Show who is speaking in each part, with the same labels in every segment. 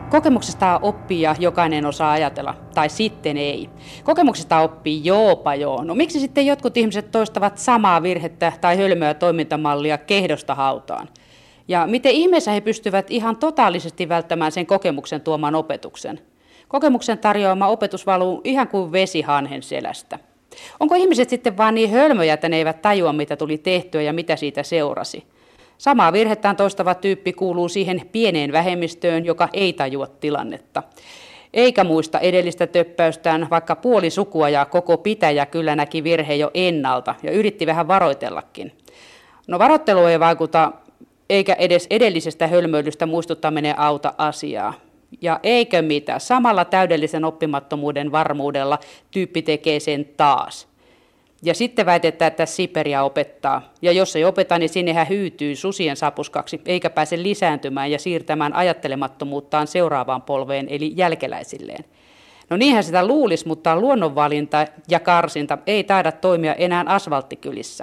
Speaker 1: Kokemuksesta oppii ja jokainen osaa ajatella, tai sitten ei. Kokemuksesta oppii joopa joo. No miksi sitten jotkut ihmiset toistavat samaa virhettä tai hölmöä toimintamallia kehdosta hautaan? Ja miten ihmeessä he pystyvät ihan totaalisesti välttämään sen kokemuksen tuoman opetuksen? Kokemuksen tarjoama opetus valuu ihan kuin vesi hanhen selästä. Onko ihmiset sitten vaan niin hölmöjä, että ne eivät tajua, mitä tuli tehtyä ja mitä siitä seurasi? Samaa virhettään toistava tyyppi kuuluu siihen pieneen vähemmistöön, joka ei tajua tilannetta. Eikä muista edellistä töppäystään, vaikka puoli sukua ja koko pitäjä kyllä näki virheen jo ennalta ja yritti vähän varoitellakin. No varoittelu ei vaikuta, eikä edes edellisestä hölmöilystä muistuttaminen auta asiaa. Ja eikö mitä, samalla täydellisen oppimattomuuden varmuudella tyyppi tekee sen taas. Ja sitten väitetään, että Siperia opettaa. Ja jos ei opeta, niin sinne hän hyytyy susien sapuskaksi, eikä pääse lisääntymään ja siirtämään ajattelemattomuuttaan seuraavaan polveen, eli jälkeläisilleen. No niinhän sitä luulisi, mutta luonnonvalinta ja karsinta ei taida toimia enää asfalttikylissä.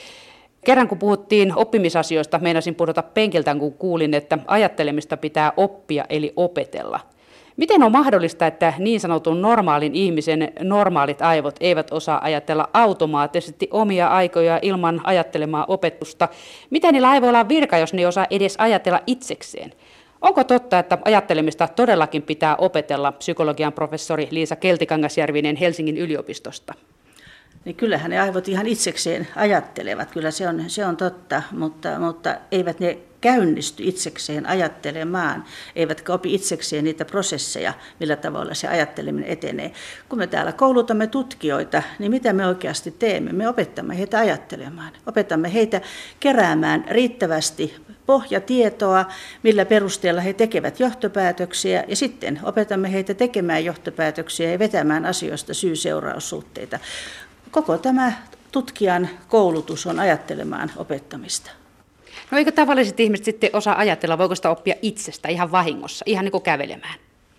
Speaker 1: Kerran kun puhuttiin oppimisasioista, meinasin pudota penkiltä, kun kuulin, että ajattelemista pitää oppia eli opetella. Miten on mahdollista, että niin sanotun normaalin ihmisen normaalit aivot eivät osaa ajatella automaattisesti omia aikoja ilman ajattelemaa opetusta? Miten niillä aivoilla on virka, jos ne ei osaa edes ajatella itsekseen? Onko totta, että ajattelemista todellakin pitää opetella, psykologian professori Liisa Keltikangasjärvinen Helsingin yliopistosta?
Speaker 2: Niin kyllähän ne aivot ihan itsekseen ajattelevat, kyllä se on totta, mutta eivät ne käynnisty itsekseen ajattelemaan, eivätkä opi itsekseen niitä prosesseja, millä tavalla se ajatteleminen etenee. Kun me täällä koulutamme tutkijoita, niin mitä me oikeasti teemme? Me opetamme heitä ajattelemaan, opetamme heitä keräämään riittävästi pohjatietoa, millä perusteella he tekevät johtopäätöksiä, ja sitten opetamme heitä tekemään johtopäätöksiä ja vetämään asioista syy-seuraussuhteita. Koko tämä tutkijan koulutus on ajattelemaan opettamista.
Speaker 1: No eikö tavalliset ihmiset sitten osaa ajatella, voiko sitä oppia itsestä ihan vahingossa, ihan niin kuin kävelemään?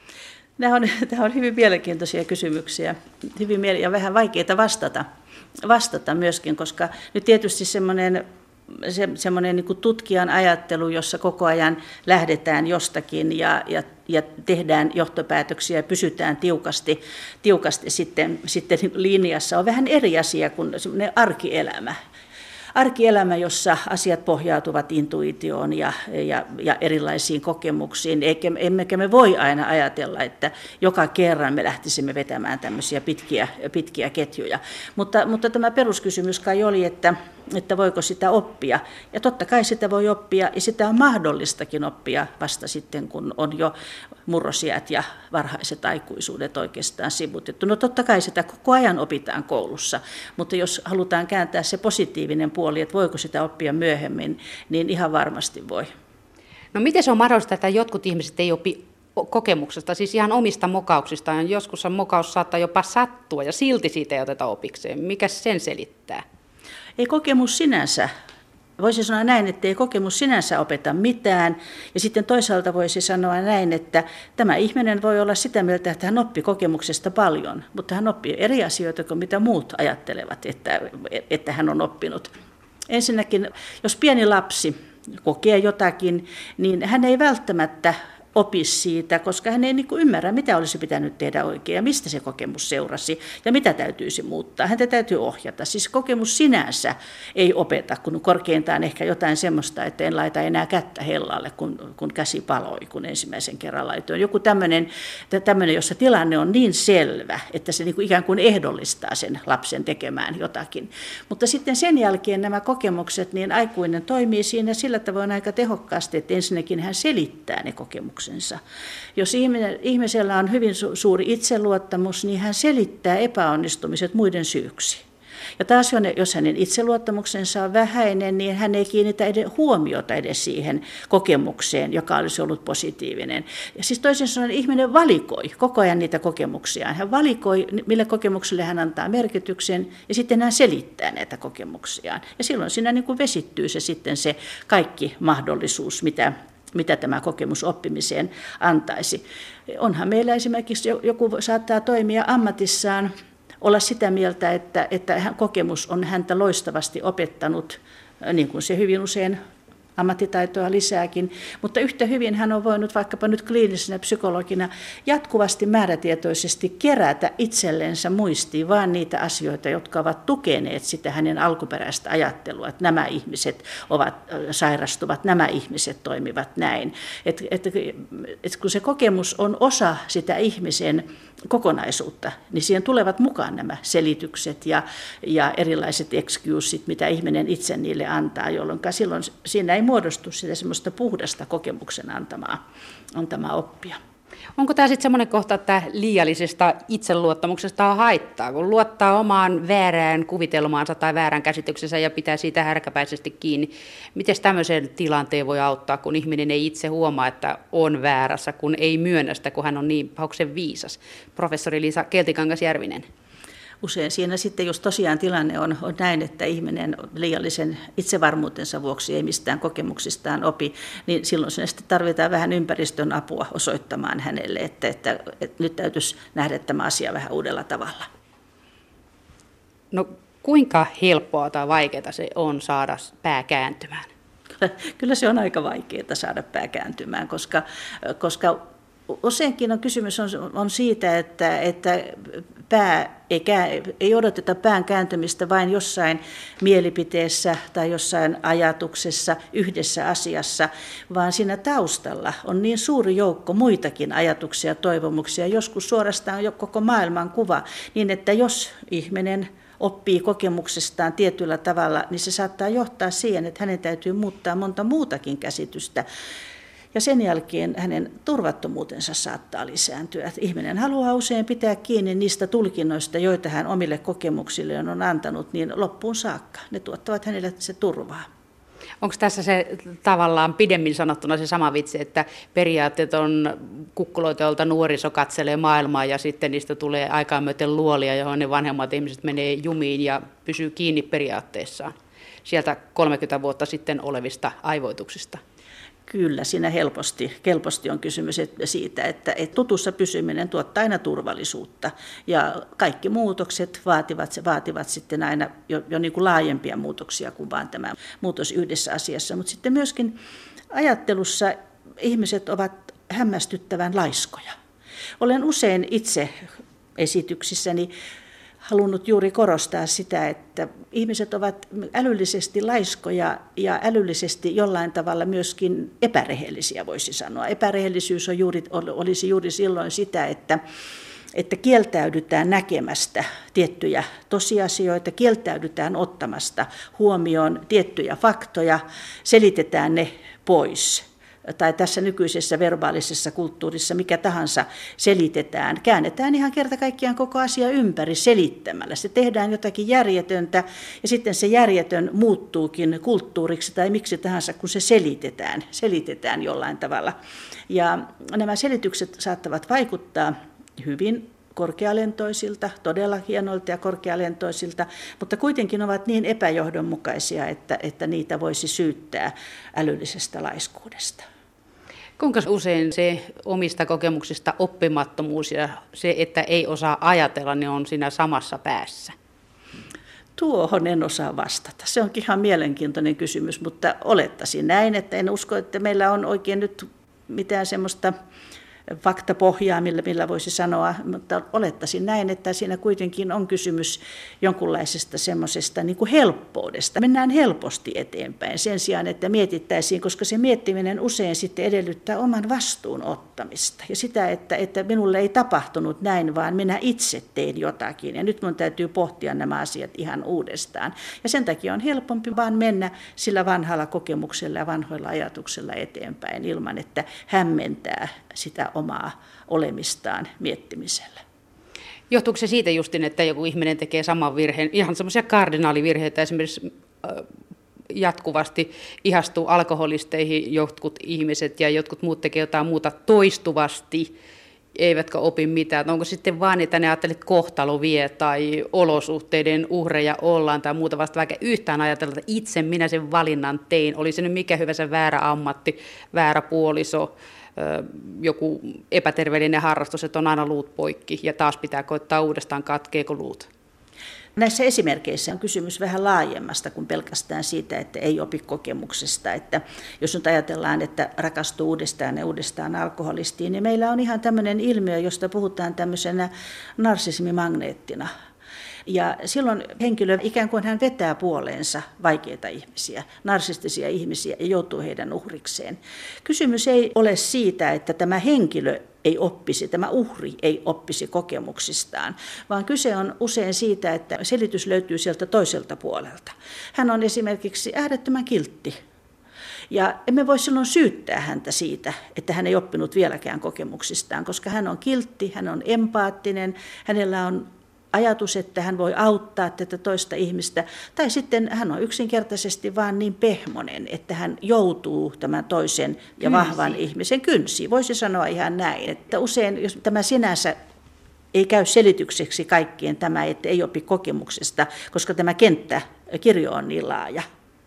Speaker 2: Nämä on hyvin mielenkiintoisia kysymyksiä, ja vähän vaikeita vastata myöskin, koska nyt tietysti semmoinen niin kuin tutkijan ajattelu, jossa koko ajan lähdetään jostakin ja tehdään johtopäätöksiä ja pysytään tiukasti sitten linjassa, on vähän eri asia kuin semmoinen arkielämä. Arkielämä, jossa asiat pohjautuvat intuitioon ja erilaisiin kokemuksiin, emmekä me voi aina ajatella, että joka kerran me lähtisimme vetämään tämmöisiä pitkiä ketjuja. Mutta tämä peruskysymys kai oli, että voiko sitä oppia. Ja totta kai sitä voi oppia, ja sitä on mahdollistakin oppia vasta sitten, kun on jo murrosiät ja varhaiset aikuisuudet oikeastaan sivutettu. No totta kai sitä koko ajan opitaan koulussa, mutta jos halutaan kääntää se positiivinen puoli, että voiko sitä oppia myöhemmin, niin ihan varmasti voi.
Speaker 1: No miten se on mahdollista, että jotkut ihmiset ei opi kokemuksesta, siis ihan omista mokauksistaan, joskus mokaus saattaa jopa sattua ja silti siitä ei oteta opikseen. Mikä sen selittää?
Speaker 2: Ei kokemus sinänsä. Voisi sanoa näin, että ei kokemus sinänsä opeta mitään, ja sitten toisaalta voisi sanoa näin, että tämä ihminen voi olla sitä mieltä, että hän oppii kokemuksesta paljon, mutta hän oppii eri asioita kuin mitä muut ajattelevat, että hän on oppinut. Ensinnäkin, jos pieni lapsi kokee jotakin, niin hän ei välttämättä opi siitä, koska hän ei ymmärrä, mitä olisi pitänyt tehdä oikein ja mistä se kokemus seurasi ja mitä täytyisi muuttaa. Häntä täytyy ohjata. Siis kokemus sinänsä ei opeta, kun korkeintaan ehkä jotain semmoista, että en laita enää kättä hellalle, kun käsi paloi, kun ensimmäisen kerran laitoin. Joku tämmöinen, jossa tilanne on niin selvä, että se ikään kuin ehdollistaa sen lapsen tekemään jotakin. Mutta sitten sen jälkeen nämä kokemukset, niin aikuinen toimii siinä sillä tavoin aika tehokkaasti, että ensinnäkin hän selittää ne kokemukset. Jos ihmisellä on hyvin suuri itseluottamus, niin hän selittää epäonnistumiset muiden syyksi. Ja taas jos hänen itseluottamuksensa on vähäinen, niin hän ei kiinnitä huomiota edes siihen kokemukseen, joka olisi ollut positiivinen. Ja siis toisin sanoen ihminen valikoi koko ajan niitä kokemuksiaan. Hän valikoi, millä kokemukselle hän antaa merkityksen, ja sitten hän selittää näitä kokemuksiaan. Ja silloin siinä vesittyy se sitten se kaikki mahdollisuus, mitä tämä kokemus oppimiseen antaisi. Onhan meillä esimerkiksi joku saattaa toimia ammatissaan, olla sitä mieltä, että kokemus on häntä loistavasti opettanut, niin kuin se hyvin usein ammattitaitoa lisääkin, mutta yhtä hyvin hän on voinut vaikkapa nyt kliinisenä psykologina jatkuvasti määrätietoisesti kerätä itsellensä muistiin vaan niitä asioita, jotka ovat tukeneet sitä hänen alkuperäistä ajattelua, että nämä ihmiset sairastuvat, nämä ihmiset toimivat näin. Kun se kokemus on osa sitä ihmisen kokonaisuutta, niin siihen tulevat mukaan nämä selitykset ja erilaiset excuset, mitä ihminen itse niille antaa, jolloin silloin siinä ei muodostu sitä semmoista puhdasta kokemuksen antamaa oppia.
Speaker 1: Onko tämä sitten semmoinen kohta, että liiallisesta itseluottamuksesta on haittaa, kun luottaa omaan väärään kuvitelmaansa tai väärään käsityksensä ja pitää siitä härkäpäisesti kiinni? Miten tämmöisen tilanteen voi auttaa, kun ihminen ei itse huomaa, että on väärässä, kun ei myönnä sitä, kun hän on niin pauksen viisas? Professori Liisa Keltikangas-Järvinen.
Speaker 2: Usein siinä sitten, jos tosiaan tilanne on näin, että ihminen liiallisen itsevarmuutensa vuoksi ei mistään kokemuksistaan opi, niin silloin sitten tarvitaan vähän ympäristön apua osoittamaan hänelle, että nyt täytyisi nähdä tämä asia vähän uudella tavalla.
Speaker 1: No kuinka helppoa tai vaikeaa se on saada pää kääntymään?
Speaker 2: Kyllä se on aika vaikeaa saada pää kääntymään, koska useinkin kysymys on siitä, että ei odoteta pään kääntymistä vain jossain mielipiteessä tai jossain ajatuksessa, yhdessä asiassa, vaan siinä taustalla on niin suuri joukko muitakin ajatuksia ja toivomuksia, joskus suorastaan jo koko maailman kuva, niin että jos ihminen oppii kokemuksestaan tietyllä tavalla, niin se saattaa johtaa siihen, että hänen täytyy muuttaa monta muutakin käsitystä. Ja sen jälkeen hänen turvattomuutensa saattaa lisääntyä. Että ihminen haluaa usein pitää kiinni niistä tulkinnoista, joita hän omille kokemuksilleen on antanut, niin loppuun saakka. Ne tuottavat hänelle se turvaa.
Speaker 1: Onko tässä se tavallaan pidemmin sanottuna se sama vitsi, että periaatteet on kukkuloita, joilta nuoriso katselee maailmaa ja sitten niistä tulee aikaa myöten luolia, johon ne vanhemmat ihmiset menee jumiin ja pysyy kiinni periaatteessaan sieltä 30 vuotta sitten olevista aivoituksista?
Speaker 2: Kyllä, siinä helposti on kysymys siitä, että tutussa pysyminen tuottaa aina turvallisuutta ja kaikki muutokset vaativat sitten aina jo niin kuin laajempia muutoksia kuin vain tämä muutos yhdessä asiassa. Mutta sitten myöskin ajattelussa ihmiset ovat hämmästyttävän laiskoja. Olen usein itse esityksissäni halunnut juuri korostaa sitä, että ihmiset ovat älyllisesti laiskoja ja älyllisesti jollain tavalla myöskin epärehellisiä, voisi sanoa. Epärehellisyys olisi juuri silloin sitä, että kieltäydytään näkemästä tiettyjä tosiasioita, kieltäydytään ottamasta huomioon tiettyjä faktoja, selitetään ne pois. Tai tässä nykyisessä verbaalisessa kulttuurissa mikä tahansa selitetään, käännetään ihan kerta kaikkiaan koko asia ympäri selittämällä. Se tehdään jotakin järjetöntä ja sitten se järjetön muuttuukin kulttuuriksi tai miksi tahansa, kun se selitetään jollain tavalla. Ja nämä selitykset saattavat vaikuttaa hyvin korkealentoisilta, todella hienoilta ja korkealentoisilta, mutta kuitenkin ovat niin epäjohdonmukaisia, että niitä voisi syyttää älyllisestä laiskuudesta.
Speaker 1: Kuinka usein se omista kokemuksista oppimattomuus ja se, että ei osaa ajatella, niin on siinä samassa päässä?
Speaker 2: Tuohon en osaa vastata. Se onkin ihan mielenkiintoinen kysymys, mutta olettaisin näin, että en usko, että meillä on oikein nyt mitään semmoista faktapohjaa, millä voisi sanoa, mutta olettaisin näin, että siinä kuitenkin on kysymys jonkunlaisesta semmoisesta niin kuin helppoudesta. Mennään helposti eteenpäin sen sijaan, että mietittäisiin, koska se miettiminen usein sitten edellyttää oman vastuun ottamista. Ja sitä, että minulle ei tapahtunut näin, vaan minä itse tein jotakin. Ja nyt minun täytyy pohtia nämä asiat ihan uudestaan. Ja sen takia on helpompi vaan mennä sillä vanhalla kokemuksella ja vanhoilla ajatuksilla eteenpäin ilman, että hämmentää sitä omaa olemistaan miettimisellä.
Speaker 1: Johtuuko se siitä justin, että joku ihminen tekee saman virheen, ihan semmoisia kardinaalivirheitä, esimerkiksi jatkuvasti ihastuu alkoholisteihin jotkut ihmiset ja jotkut muut tekee jotain muuta toistuvasti, eivätkä opi mitään. Onko sitten vaan, että ne ajattelee, että kohtalo vie tai olosuhteiden uhreja ollaan tai muuta vasta, vaikka yhtään ajatella, että itse minä sen valinnan tein, oli se nyt mikä hyvänsä väärä ammatti, väärä puoliso, joku epäterveellinen harrastus, että on aina luut poikki ja taas pitää koittaa uudestaan, katkeeko luut.
Speaker 2: Näissä esimerkkeissä on kysymys vähän laajemmasta kuin pelkästään siitä, että ei opi kokemuksesta. Että jos nyt ajatellaan, että rakastuu uudestaan ja uudestaan alkoholistiin, niin meillä on ihan tämmöinen ilmiö, josta puhutaan tämmöisenä narsismimagneettina. Ja silloin henkilö ikään kuin hän vetää puoleensa vaikeita ihmisiä, narsistisia ihmisiä ja joutuu heidän uhrikseen. Kysymys ei ole siitä, että tämä henkilö ei oppisi, tämä uhri ei oppisi kokemuksistaan, vaan kyse on usein siitä, että selitys löytyy sieltä toiselta puolelta. Hän on esimerkiksi äärettömän kiltti. Ja emme voi silloin syyttää häntä siitä, että hän ei oppinut vieläkään kokemuksistaan, koska hän on kiltti, hän on empaattinen, hänellä on ajatus, että hän voi auttaa tätä toista ihmistä, tai sitten hän on yksinkertaisesti vaan niin pehmonen, että hän joutuu tämän toisen ja vahvan ihmisen kynsiin. Voisi sanoa ihan näin, että usein, jos tämä sinänsä ei käy selitykseksi kaikkien tämä, että ei opi kokemuksesta, koska tämä kirjo on niin laaja.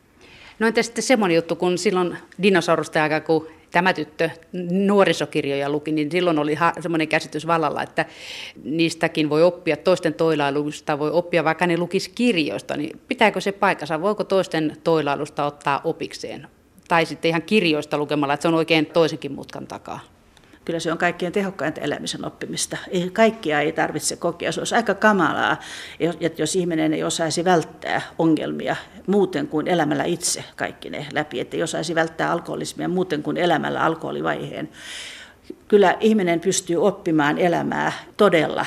Speaker 1: No entä sitten semmoinen juttu, kun silloin dinosaurusta aikaa, kun tämä tyttö nuorisokirjoja luki, niin silloin oli semmoinen käsitys vallalla, että niistäkin voi oppia, toisten toilailusta voi oppia, vaikka ne lukisi kirjoista, niin pitääkö se paikkansa, voiko toisten toilailusta ottaa opikseen? Tai sitten ihan kirjoista lukemalla, että se on oikein toisenkin mutkan takaa.
Speaker 2: Kyllä se on kaikkein tehokkainta elämisen oppimista. Kaikkia ei tarvitse kokea. Se olisi aika kamalaa, jos ihminen ei osaisi välttää ongelmia muuten kuin elämällä itse kaikki ne läpi. Että ei osaisi välttää alkoholismia muuten kuin elämällä alkoholivaiheen. Kyllä ihminen pystyy oppimaan elämää todella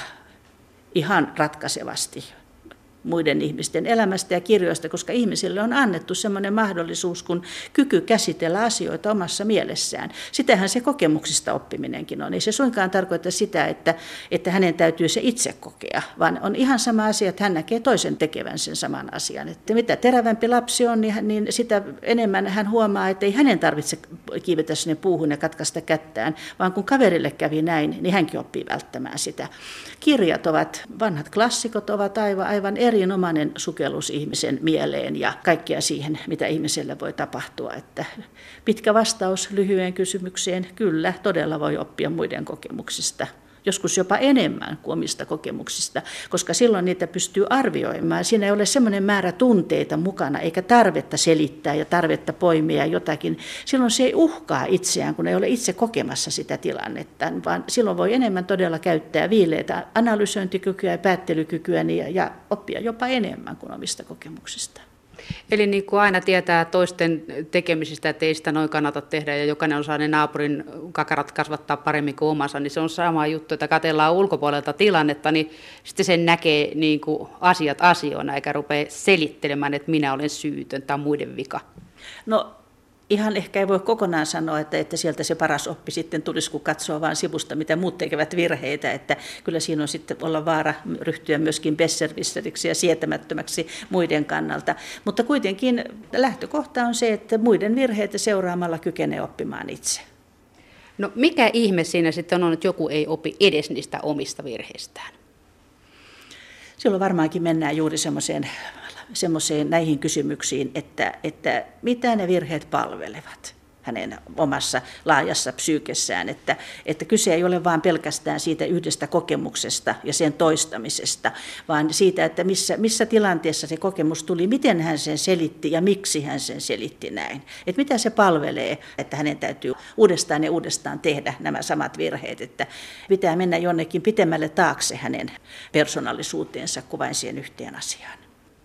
Speaker 2: ihan ratkaisevasti muiden ihmisten elämästä ja kirjoista, koska ihmisille on annettu sellainen mahdollisuus kuin kyky käsitellä asioita omassa mielessään. Sitähän se kokemuksista oppiminenkin on. Ei se suinkaan tarkoita sitä, että hänen täytyy se itse kokea, vaan on ihan sama asia, että hän näkee toisen tekevän sen saman asian. Että mitä terävämpi lapsi on, niin sitä enemmän hän huomaa, että ei hänen tarvitse kiivetä sinne puuhun ja katkaista kättään, vaan kun kaverille kävi näin, niin hänkin oppii välttämään sitä. Kirjat vanhat klassikot ovat aivan erinomainen sukellus ihmisen mieleen ja kaikkea siihen, mitä ihmiselle voi tapahtua. Että pitkä vastaus lyhyen kysymykseen, kyllä, todella voi oppia muiden kokemuksista. Joskus jopa enemmän kuin omista kokemuksista, koska silloin niitä pystyy arvioimaan. Siinä ei ole semmoinen määrä tunteita mukana, eikä tarvetta selittää ja tarvetta poimia jotakin. Silloin se ei uhkaa itseään, kun ei ole itse kokemassa sitä tilannetta, vaan silloin voi enemmän todella käyttää viileitä analysointikykyä ja päättelykykyä ja oppia jopa enemmän kuin omista kokemuksista.
Speaker 1: Eli niin kuin aina tietää toisten tekemisistä, että ei sitä noin kannata tehdä ja jokainen osaa ne naapurin kakarat kasvattaa paremmin kuin omansa, niin se on sama juttu, että katsellaan ulkopuolelta tilannetta, niin sitten sen näkee niin kuin asiat asioina eikä rupea selittelemään, että minä olen syytön tai muiden vika.
Speaker 2: No ihan ehkä ei voi kokonaan sanoa, että sieltä se paras oppi sitten tulisi, kun katsoo vain sivusta, mitä muut tekevät virheitä. Että kyllä siinä on sitten olla vaara ryhtyä myöskin besserwisseriksi ja sietämättömäksi muiden kannalta. Mutta kuitenkin lähtökohta on se, että muiden virheitä seuraamalla kykenee oppimaan itse.
Speaker 1: No mikä ihme siinä sitten on, että joku ei opi edes niistä omista virheistään?
Speaker 2: Silloin varmaankin mennään juuri semmoiseen näihin kysymyksiin, että mitä ne virheet palvelevat hänen omassa laajassa psyykessään, että kyse ei ole vain pelkästään siitä yhdestä kokemuksesta ja sen toistamisesta, vaan siitä, että missä tilanteessa se kokemus tuli, miten hän sen selitti ja miksi hän sen selitti näin. Että mitä se palvelee, että hänen täytyy uudestaan ja uudestaan tehdä nämä samat virheet, että pitää mennä jonnekin pitemmälle taakse hänen persoonallisuuteensa kuin vain siihen yhteen asiaan.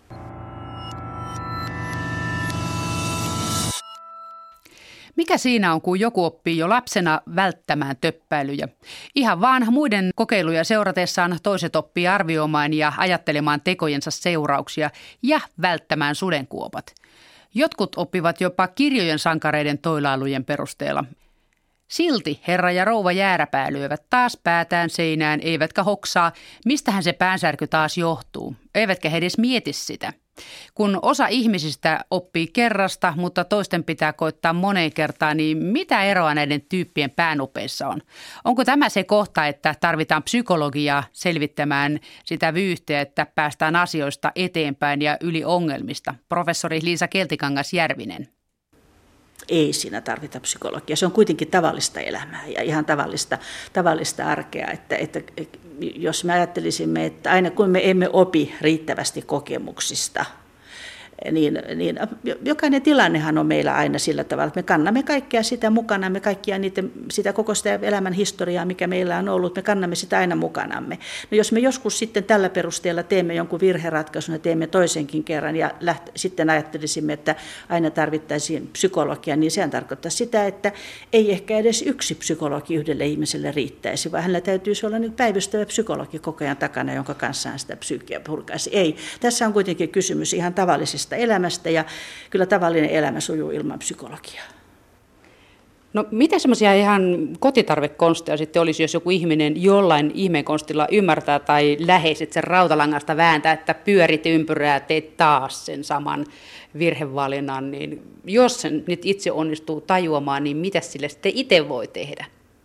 Speaker 1: Mikä siinä on, kun joku oppii jo lapsena välttämään töppäilyjä? Ihan vaan muiden kokeiluja seuratessaan toiset oppii arvioimaan ja ajattelemaan tekojensa seurauksia ja välttämään sudenkuopat. Jotkut oppivat jopa kirjojen sankareiden toilailujen perusteella. Silti herra ja rouva jääräpää lyövät taas päätään seinään, eivätkä hoksaa, mistähän se päänsärky taas johtuu. Eivätkä he edes mieti sitä. Kun osa ihmisistä oppii kerrasta, mutta toisten pitää koittaa moneen kertaan, niin mitä eroa näiden tyyppien päänopeissa on? Onko tämä se kohta, että tarvitaan psykologiaa selvittämään sitä vyyhteä, että päästään asioista eteenpäin ja yli ongelmista? Professori Liisa Keltikangas-Järvinen.
Speaker 2: ei siinä tarvita psykologiaa. Se on kuitenkin tavallista elämää ja ihan tavallista arkea, että jos me ajattelisimme, että aina kun me emme opi riittävästi kokemuksista, niin jokainen tilannehan on meillä aina sillä tavalla, että me kannamme kaikkea sitä mukanamme, sitä koko sitä elämän historiaa, mikä meillä on ollut, me kannamme sitä aina mukanamme. No jos me joskus sitten tällä perusteella teemme jonkun virheratkaisun ja teemme toisenkin kerran ja sitten ajattelisimme, että aina tarvittaisiin psykologia, niin sehän tarkoittaa sitä, että ei ehkä edes yksi psykologi yhdelle ihmiselle riittäisi, vaan hänellä täytyisi olla nyt päivystävä psykologi koko ajan takana, jonka kanssa hän sitä psyykeä purkaisi. Ei, tässä on kuitenkin kysymys ihan tavallisesta elämästä ja kyllä tavallinen elämä sujuu ilman psykologiaa.
Speaker 1: No mitä semmoisia ihan kotitarvekonsteja sitten olisi, jos joku ihminen jollain ihmeenkonstilla ymmärtää tai läheiset sen rautalangasta vääntää, että pyörit ympyrää, teet taas sen saman virhevalinnan, niin jos sen nyt itse onnistuu tajuamaan, niin mitä sille sitten itse voi tehdä?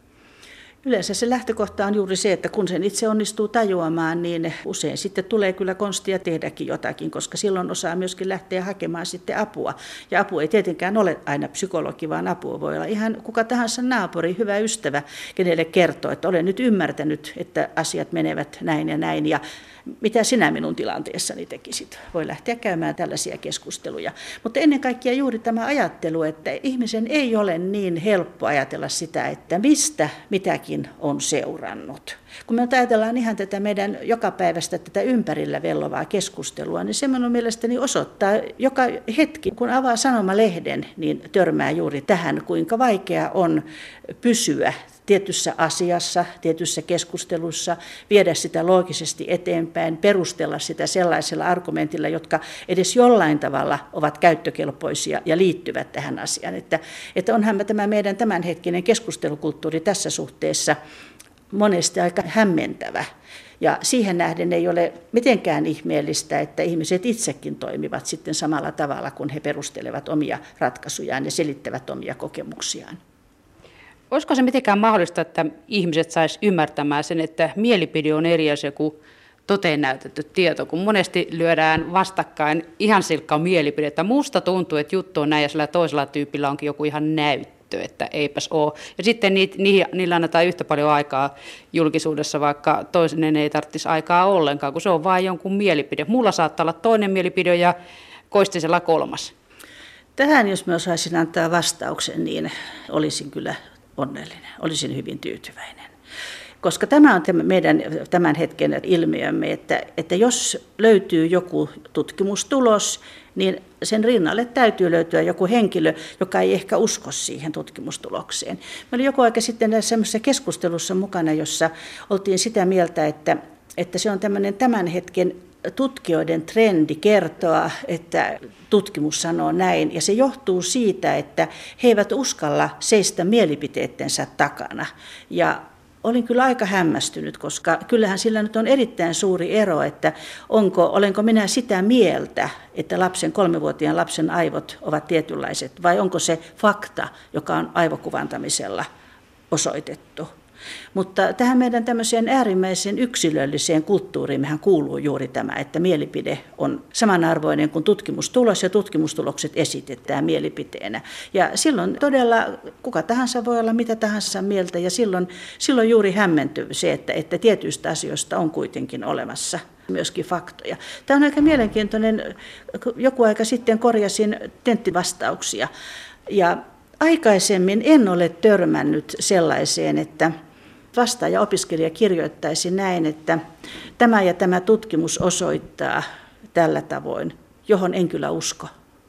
Speaker 2: Yleensä se lähtökohta on juuri se, että kun sen itse onnistuu tajuamaan, niin usein sitten tulee kyllä konstia tehdäkin jotakin, koska silloin osaa myöskin lähteä hakemaan sitten apua. Ja apu ei tietenkään ole aina psykologi, vaan apu voi olla ihan kuka tahansa naapuri, hyvä ystävä, kenelle kertoo, että olen nyt ymmärtänyt, että asiat menevät näin ja näin. Ja mitä sinä minun tilanteessani tekisit? Voi lähteä käymään tällaisia keskusteluja. Mutta ennen kaikkea juuri tämä ajattelu, että ihmisen ei ole niin helppo ajatella sitä, että mistä mitäkin on seurannut. Kun me ajatellaan ihan tätä meidän jokapäiväistä tätä ympärillä vellovaa keskustelua, niin se minun mielestäni osoittaa joka hetki, kun avaa sanomalehden, niin törmää juuri tähän, kuinka vaikea on pysyä tietyssä asiassa, tietyssä keskustelussa, viedä sitä loogisesti eteenpäin, perustella sitä sellaisella argumentilla, jotka edes jollain tavalla ovat käyttökelpoisia ja liittyvät tähän asiaan. Että onhan tämä meidän tämänhetkinen keskustelukulttuuri tässä suhteessa monesti aika hämmentävä. Ja siihen nähden ei ole mitenkään ihmeellistä, että ihmiset itsekin toimivat sitten samalla tavalla, kun he perustelevat omia ratkaisujaan ja selittävät omia kokemuksiaan.
Speaker 1: Olisiko se mitenkään mahdollista, että ihmiset sais ymmärtämään sen, että mielipide on eri asia kuin toteen näytetty tieto, kun monesti lyödään vastakkain ihan silkkaa mielipidettä. Musta tuntuu, että juttu on näin ja sillä toisella tyypillä onkin joku ihan näyttö, että eipäs ole. Ja sitten niillä annetaan yhtä paljon aikaa julkisuudessa, vaikka toinen ei tarvitsisi aikaa ollenkaan, kun se on vain jonkun mielipide. Mulla saattaa olla toinen mielipide ja Koistisella kolmas.
Speaker 2: Tähän, jos mä osaisin antaa vastauksen, niin olisin kyllä onnellinen, olisin hyvin tyytyväinen. Koska tämä on meidän tämän hetken ilmiömme, että jos löytyy joku tutkimustulos, niin sen rinnalle täytyy löytyä joku henkilö, joka ei ehkä usko siihen tutkimustulokseen. Mä olin joku aika sitten semmoisessa keskustelussa mukana, jossa oltiin sitä mieltä, että se on tämmöinen tämän hetken tutkijoiden trendi kertoa, että tutkimus sanoo näin, ja se johtuu siitä, että he eivät uskalla seistä mielipiteittensä takana. Ja olin kyllä aika hämmästynyt, koska kyllähän sillä nyt on erittäin suuri ero, että olenko minä sitä mieltä, että 3-vuotiaan lapsen aivot ovat tietynlaiset, vai onko se fakta, joka on aivokuvantamisella osoitettu. Mutta tähän meidän tämmöiseen äärimmäiseen yksilölliseen kulttuuriimmehän kuuluu juuri tämä, että mielipide on samanarvoinen kuin tutkimustulos ja tutkimustulokset esitetään mielipiteenä. Ja silloin todella kuka tahansa voi olla mitä tahansa mieltä ja silloin juuri hämmentyy se, että tietyistä asioista on kuitenkin olemassa myöskin faktoja. Tämä on aika mielenkiintoinen, joku aika sitten korjasin tenttivastauksia ja aikaisemmin en ole törmännyt sellaiseen, että vastaaja-opiskelija kirjoittaisi näin, että tämä ja tämä tutkimus osoittaa tällä tavoin, johon en kyllä usko.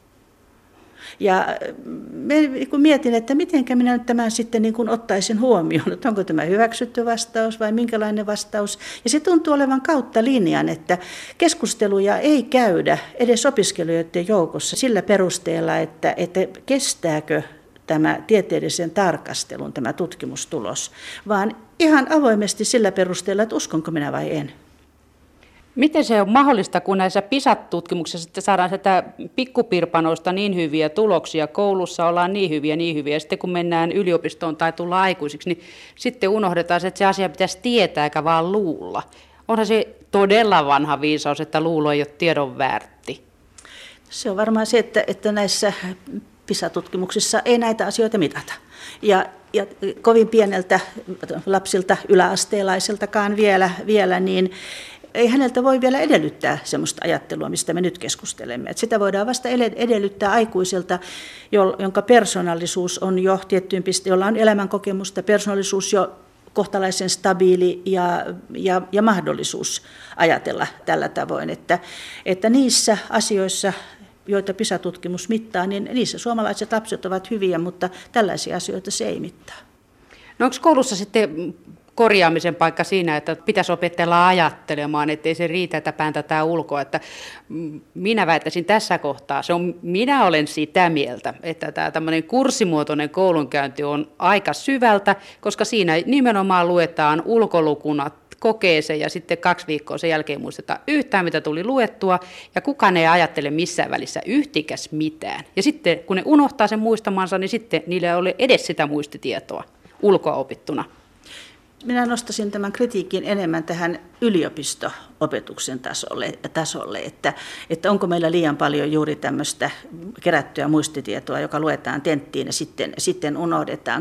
Speaker 2: Ja kun mietin, että miten minä nyt tämän sitten niin kuin ottaisin huomioon, että onko tämä hyväksytty vastaus vai minkälainen vastaus. Ja se tuntuu olevan kautta linjan, että keskusteluja ei käydä edes opiskelijoiden joukossa sillä perusteella, että kestääkö tämä tieteellisen tarkastelun, tämä tutkimustulos, vaan ihan avoimesti sillä perusteella, että uskonko minä vai en.
Speaker 1: Miten se on mahdollista, kun näissä PISA-tutkimuksissa sitten saadaan sitä pikkupirpanoista niin hyviä tuloksia, koulussa ollaan niin hyviä, ja sitten kun mennään yliopistoon tai tullaan aikuisiksi, niin sitten unohdetaan se, että se asia pitäisi tietää eikä vaan luulla. Onhan se todella vanha viisaus, että luulo ei ole tiedon väärti.
Speaker 2: Se on varmaan se, että näissä PISA-tutkimuksissa ei näitä asioita mitata. Ja kovin pieneltä lapsilta, yläasteelaisiltakaan vielä niin ei häneltä voi vielä edellyttää sellaista ajattelua, mistä me nyt keskustelemme. Että sitä voidaan vasta edellyttää aikuiselta, jonka persoonallisuus on jo tiettyyn pisteen, jolla on elämänkokemusta, persoonallisuus jo kohtalaisen stabiili ja mahdollisuus ajatella tällä tavoin, että niissä asioissa, joita PISA-tutkimus mittaa, niin niissä suomalaiset lapset ovat hyviä, mutta tällaisia asioita se ei mittaa.
Speaker 1: No onko koulussa sitten korjaamisen paikka siinä, että pitäisi opetella ajattelemaan, ettei se riitä, että pääntätään ulkoa. Että minä väittäisin tässä kohtaa, minä olen sitä mieltä, että tämä tämmöinen kurssimuotoinen koulunkäynti on aika syvältä, koska siinä nimenomaan luetaan ulkolukuna kokeeseen ja sitten 2 viikkoa sen jälkeen muistetaan yhtään, mitä tuli luettua, ja kukaan ei ajattele missään välissä yhtikäs mitään. Ja sitten kun ne unohtaa sen muistamansa, niin sitten niillä ei ole edes sitä muistitietoa ulkoa opittuna.
Speaker 2: Minä nostaisin tämän kritiikin enemmän tähän yliopisto-opetuksen tasolle että onko meillä liian paljon juuri tämmöistä kerättyä muistitietoa, joka luetaan tenttiin ja sitten unohdetaan,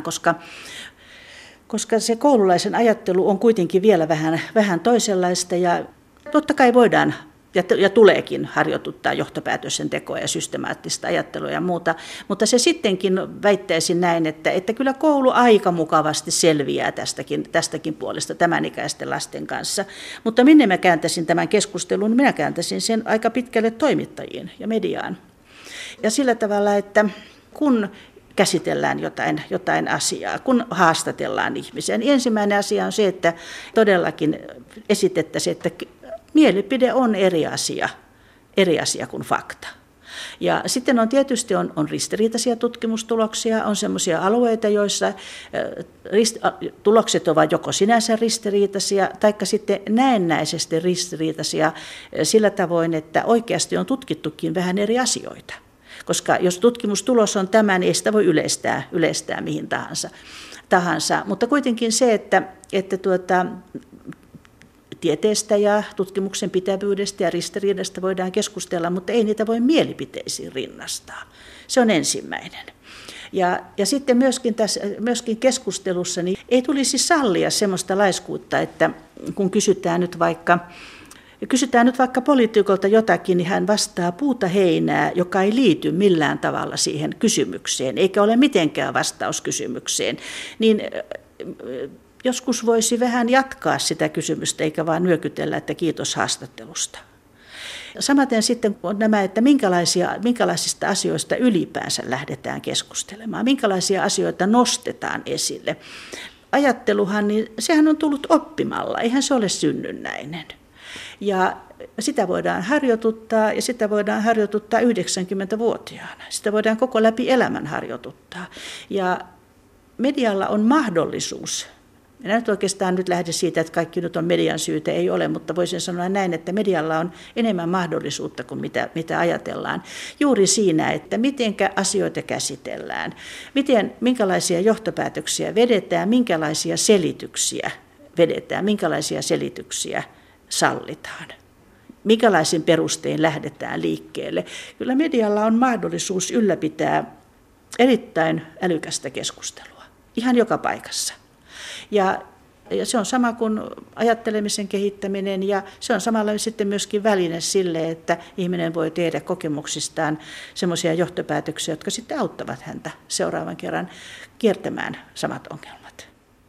Speaker 2: koska se koululaisen ajattelu on kuitenkin vielä vähän toisenlaista ja totta kai voidaan ja tuleekin harjoituttaa johtopäätösten tekoa ja systemaattista ajattelua ja muuta, mutta se sittenkin väittäisin näin, että kyllä koulu aika mukavasti selviää tästäkin puolesta tämänikäisten lasten kanssa. Mutta minne mä kääntäisin tämän keskustelun? Minä kääntäisin sen aika pitkälle toimittajiin ja mediaan. Ja sillä tavalla, että kun käsitellään jotain asiaa, kun haastatellaan ihmisiä, niin ensimmäinen asia on se, että todellakin esitettäisiin, että mielipide on eri asia kuin fakta. Ja sitten on tietysti on ristiriitaisia tutkimustuloksia, on sellaisia alueita, joissa tulokset ovat joko sinänsä ristiriitaisia tai sitten näennäisesti ristiriitaisia sillä tavoin, että oikeasti on tutkittukin vähän eri asioita. Koska jos tutkimustulos on tämä, niin ei sitä voi yleistää mihin tahansa. Mutta kuitenkin se, että tieteestä ja tutkimuksen pitävyydestä ja ristiriidasta voidaan keskustella, mutta ei niitä voi mielipiteisiin rinnastaa. Se on ensimmäinen. Ja sitten myöskin keskustelussa niin ei tulisi sallia semmoista laiskuutta, että kun kysytään nyt vaikka poliitikolta jotakin, niin hän vastaa puuta heinää, joka ei liity millään tavalla siihen kysymykseen, eikä ole mitenkään vastaus kysymykseen. Niin joskus voisi vähän jatkaa sitä kysymystä, eikä vaan nyökytellä, että kiitos haastattelusta. Samaten sitten on nämä, että minkälaisista asioista ylipäänsä lähdetään keskustelemaan, minkälaisia asioita nostetaan esille. Ajatteluhan, niin sehän on tullut oppimalla, eihän se ole synnynnäinen. Ja sitä voidaan harjoituttaa, ja sitä voidaan harjoituttaa 90-vuotiaana. Sitä voidaan koko läpi elämän harjoituttaa. Ja medialla on mahdollisuus. Minä nyt oikeastaan lähde siitä, että kaikki nyt on median syytä, ei ole, mutta voisin sanoa näin, että medialla on enemmän mahdollisuutta kuin mitä ajatellaan. Juuri siinä, että miten asioita käsitellään, minkälaisia johtopäätöksiä vedetään, minkälaisia selityksiä vedetään, minkälaisia selityksiä sallitaan, minkälaisin perustein lähdetään liikkeelle. Kyllä medialla on mahdollisuus ylläpitää erittäin älykästä keskustelua, ihan joka paikassa. Ja se on sama kuin ajattelemisen kehittäminen ja se on samalla sitten myöskin väline sille, että ihminen voi tehdä kokemuksistaan semmoisia johtopäätöksiä, jotka sitten auttavat häntä seuraavan kerran kiertämään samat ongelmat.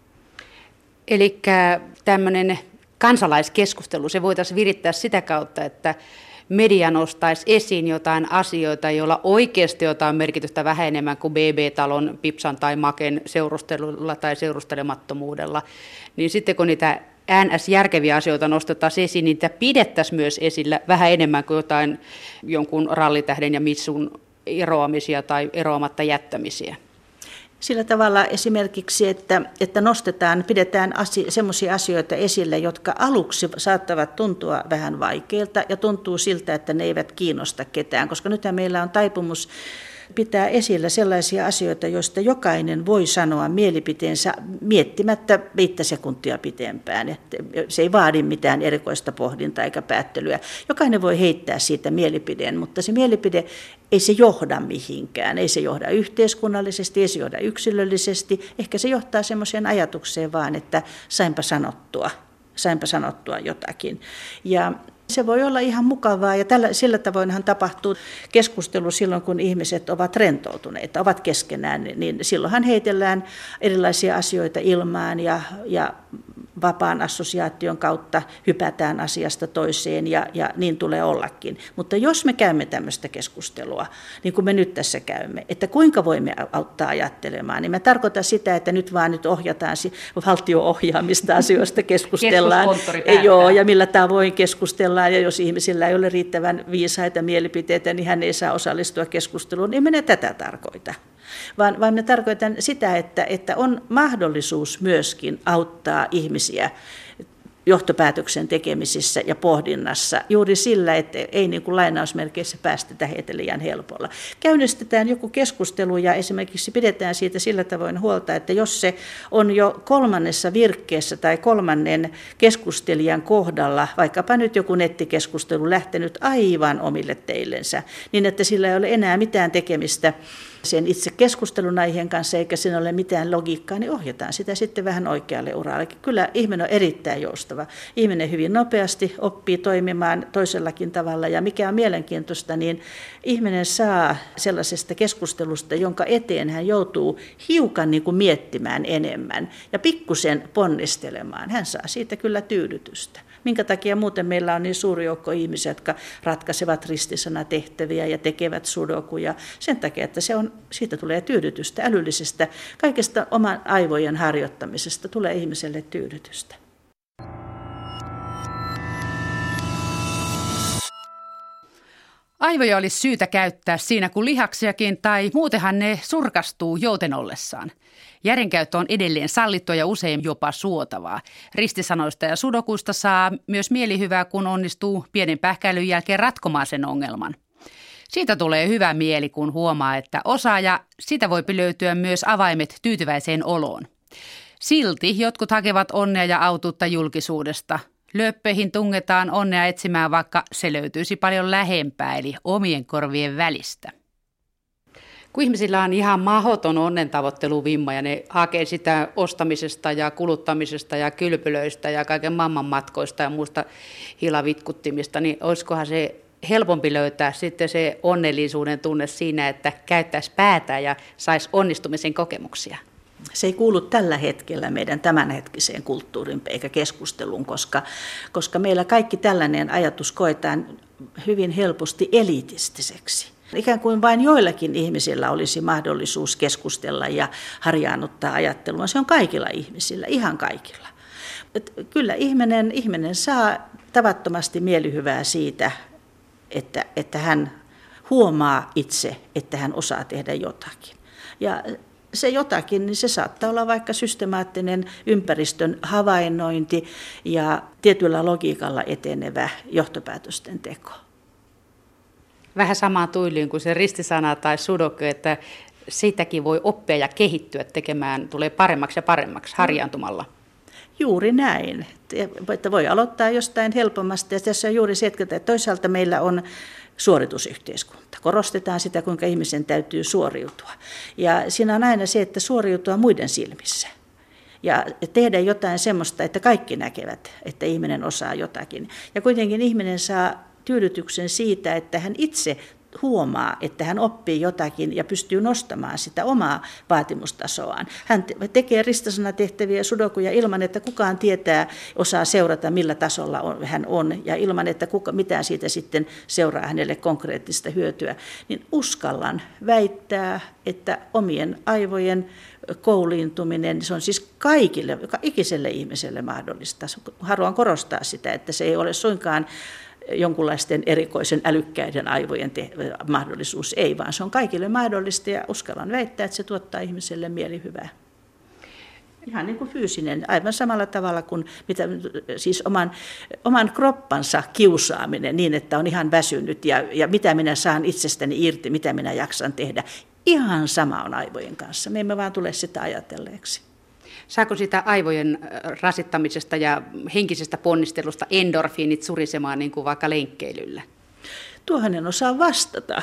Speaker 1: Eli tämmöinen kansalaiskeskustelu, se voitaisiin virittää sitä kautta, että media nostaisi esiin jotain asioita, joilla oikeasti jotain merkitystä vähän enemmän kuin BB-talon, Pipsan tai Maken seurustelulla tai seurustelemattomuudella. Niin sitten kun niitä NS-järkeviä asioita nostettaisiin esiin, niin niitä pidettäisiin myös esillä vähän enemmän kuin jonkun rallitähden ja missun eroamisia tai eroamatta jättämisiä.
Speaker 2: Sillä tavalla esimerkiksi, että pidetään sellaisia asioita esille, jotka aluksi saattavat tuntua vähän vaikeilta ja tuntuu siltä, että ne eivät kiinnosta ketään, koska nythän meillä on taipumus pitää esillä sellaisia asioita, joista jokainen voi sanoa mielipiteensä miettimättä 5 sekuntia pitempään. Että se ei vaadi mitään erikoista pohdintaa eikä päättelyä. Jokainen voi heittää siitä mielipideen, mutta se mielipide ei se johda mihinkään. Ei se johda yhteiskunnallisesti, ei se johda yksilöllisesti. Ehkä se johtaa semmoiseen ajatukseen vaan, että sainpa sanottua jotakin. Ja se voi olla ihan mukavaa ja sillä tavoinhan tapahtuu keskustelu silloin, kun ihmiset ovat rentoutuneita, ovat keskenään, niin silloinhan heitellään erilaisia asioita ilmaan ja vapaan assosiaation kautta hypätään asiasta toiseen ja niin tulee ollakin. Mutta jos me käymme tämmöistä keskustelua, niin kuin me nyt tässä käymme, että kuinka voimme auttaa ajattelemaan, niin mä tarkoitan sitä, että nyt ohjataan valtio-ohjaamista asioista keskustellaan. Joo, ja millä tavoin keskustellaan, ja jos ihmisillä ei ole riittävän viisaita mielipiteitä, niin hän ei saa osallistua keskusteluun, niin minä tätä tarkoita. Vaan me tarkoitan sitä, että on mahdollisuus myöskin auttaa ihmisiä johtopäätöksen tekemisissä ja pohdinnassa juuri sillä, että ei niin kuin lainausmerkeissä päästetä heitä liian helpolla. Käynnistetään joku keskustelu ja esimerkiksi pidetään siitä sillä tavoin huolta, että jos se on jo 3. virkkeessä tai 3. keskustelijan kohdalla, vaikkapa nyt joku nettikeskustelu lähtenyt aivan omille teillensä, niin että sillä ei ole enää mitään tekemistä sen itse keskustelun aiheen kanssa, eikä siinä ole mitään logiikkaa, niin ohjataan sitä sitten vähän oikealle uralle. Kyllä ihminen on erittäin joustava. Ihminen hyvin nopeasti oppii toimimaan toisellakin tavalla, ja mikä on mielenkiintoista, niin ihminen saa sellaisesta keskustelusta, jonka eteen hän joutuu hiukan niin kuin miettimään enemmän ja pikkusen ponnistelemaan. Hän saa siitä kyllä tyydytystä. Minkä takia muuten meillä on niin suuri joukko ihmisiä, jotka ratkaisevat ristisanatehtäviä ja tekevät sudokuja. Sen takia, että siitä tulee tyydytystä älyllisestä, kaikesta oman aivojen harjoittamisesta tulee ihmiselle tyydytystä.
Speaker 1: Aivoja olisi syytä käyttää siinä, kun lihaksiakin tai muutenhan ne surkastuu jouten ollessaan. Järjenkäyttö on edelleen sallittua ja usein jopa suotavaa. Ristisanoista ja sudokuista saa myös mielihyvää, kun onnistuu pienen pähkäilyn jälkeen ratkomaan sen ongelman. Siitä tulee hyvä mieli, kun huomaa, että osaa ja sitä voi löytyä myös avaimet tyytyväiseen oloon. Silti jotkut hakevat onnea ja autuutta julkisuudesta. Lööppeihin tungetaan onnea etsimään, vaikka se löytyisi paljon lähempää, eli omien korvien välistä. Kun ihmisillä on ihan mahdoton onnentavoitteluvimma ja ne hakee sitä ostamisesta ja kuluttamisesta ja kylpylöistä ja kaiken maailman matkoista ja muusta hilavitkuttimista, niin olisikohan se helpompi löytää sitten se onnellisuuden tunne siinä, että käyttäisi päätä ja saisi onnistumisen kokemuksia?
Speaker 2: Se ei kuulu tällä hetkellä meidän tämänhetkiseen kulttuuriin eikä keskusteluun, koska meillä kaikki tällainen ajatus koetaan hyvin helposti elitistiseksi. Ikään kuin vain joillakin ihmisillä olisi mahdollisuus keskustella ja harjaannuttaa ajattelua. Se on kaikilla ihmisillä, ihan kaikilla. Kyllä ihminen saa tavattomasti mielihyvää siitä, että hän huomaa itse, että hän osaa tehdä jotakin. Ja se jotakin, niin se saattaa olla vaikka systemaattinen ympäristön havainnointi ja tietyllä logiikalla etenevä johtopäätösten teko.
Speaker 1: Vähän samaan tyyliin kuin se ristisana tai sudoku, että siitäkin voi oppia ja kehittyä tekemään, tulee paremmaksi ja paremmaksi harjaantumalla.
Speaker 2: Juuri näin. Että voi aloittaa jostain helpommasta ja tässä on juuri se, että toisaalta meillä on suoritusyhteiskunta. Korostetaan sitä, kuinka ihmisen täytyy suoriutua. Ja siinä on aina se, että suoriutua muiden silmissä. Ja tehdä jotain semmoista, että kaikki näkevät, että ihminen osaa jotakin. Ja kuitenkin ihminen saa tyydytyksen siitä, että hän itse huomaa, että hän oppii jotakin ja pystyy nostamaan sitä omaa vaatimustasoaan. Hän tekee ristisanatehtäviä ja sudokuja ilman, että kukaan tietää, osaa seurata, millä tasolla hän on, ja ilman, että mitään siitä sitten seuraa hänelle konkreettista hyötyä. Niin uskallan väittää, että omien aivojen kouliintuminen, se on siis kaikille, ikiselle ihmiselle mahdollista. Haluan korostaa sitä, että se ei ole suinkaan jonkunlaisten erikoisen älykkäiden aivojen mahdollisuus, ei vaan se on kaikille mahdollista ja uskallan väittää, että se tuottaa ihmiselle mielihyvää. Ihan niin kuin fyysinen, aivan samalla tavalla kuin siis oman kroppansa kiusaaminen niin, että on ihan väsynyt ja mitä minä saan itsestäni irti, mitä minä jaksan tehdä. Ihan sama on aivojen kanssa, me emme vaan tule sitä ajatelleeksi.
Speaker 1: Saako sitä aivojen rasittamisesta ja henkisestä ponnistelusta endorfiinit surisemaan niin kuin vaikka lenkkeilyllä?
Speaker 2: Tuohon en osaa vastata,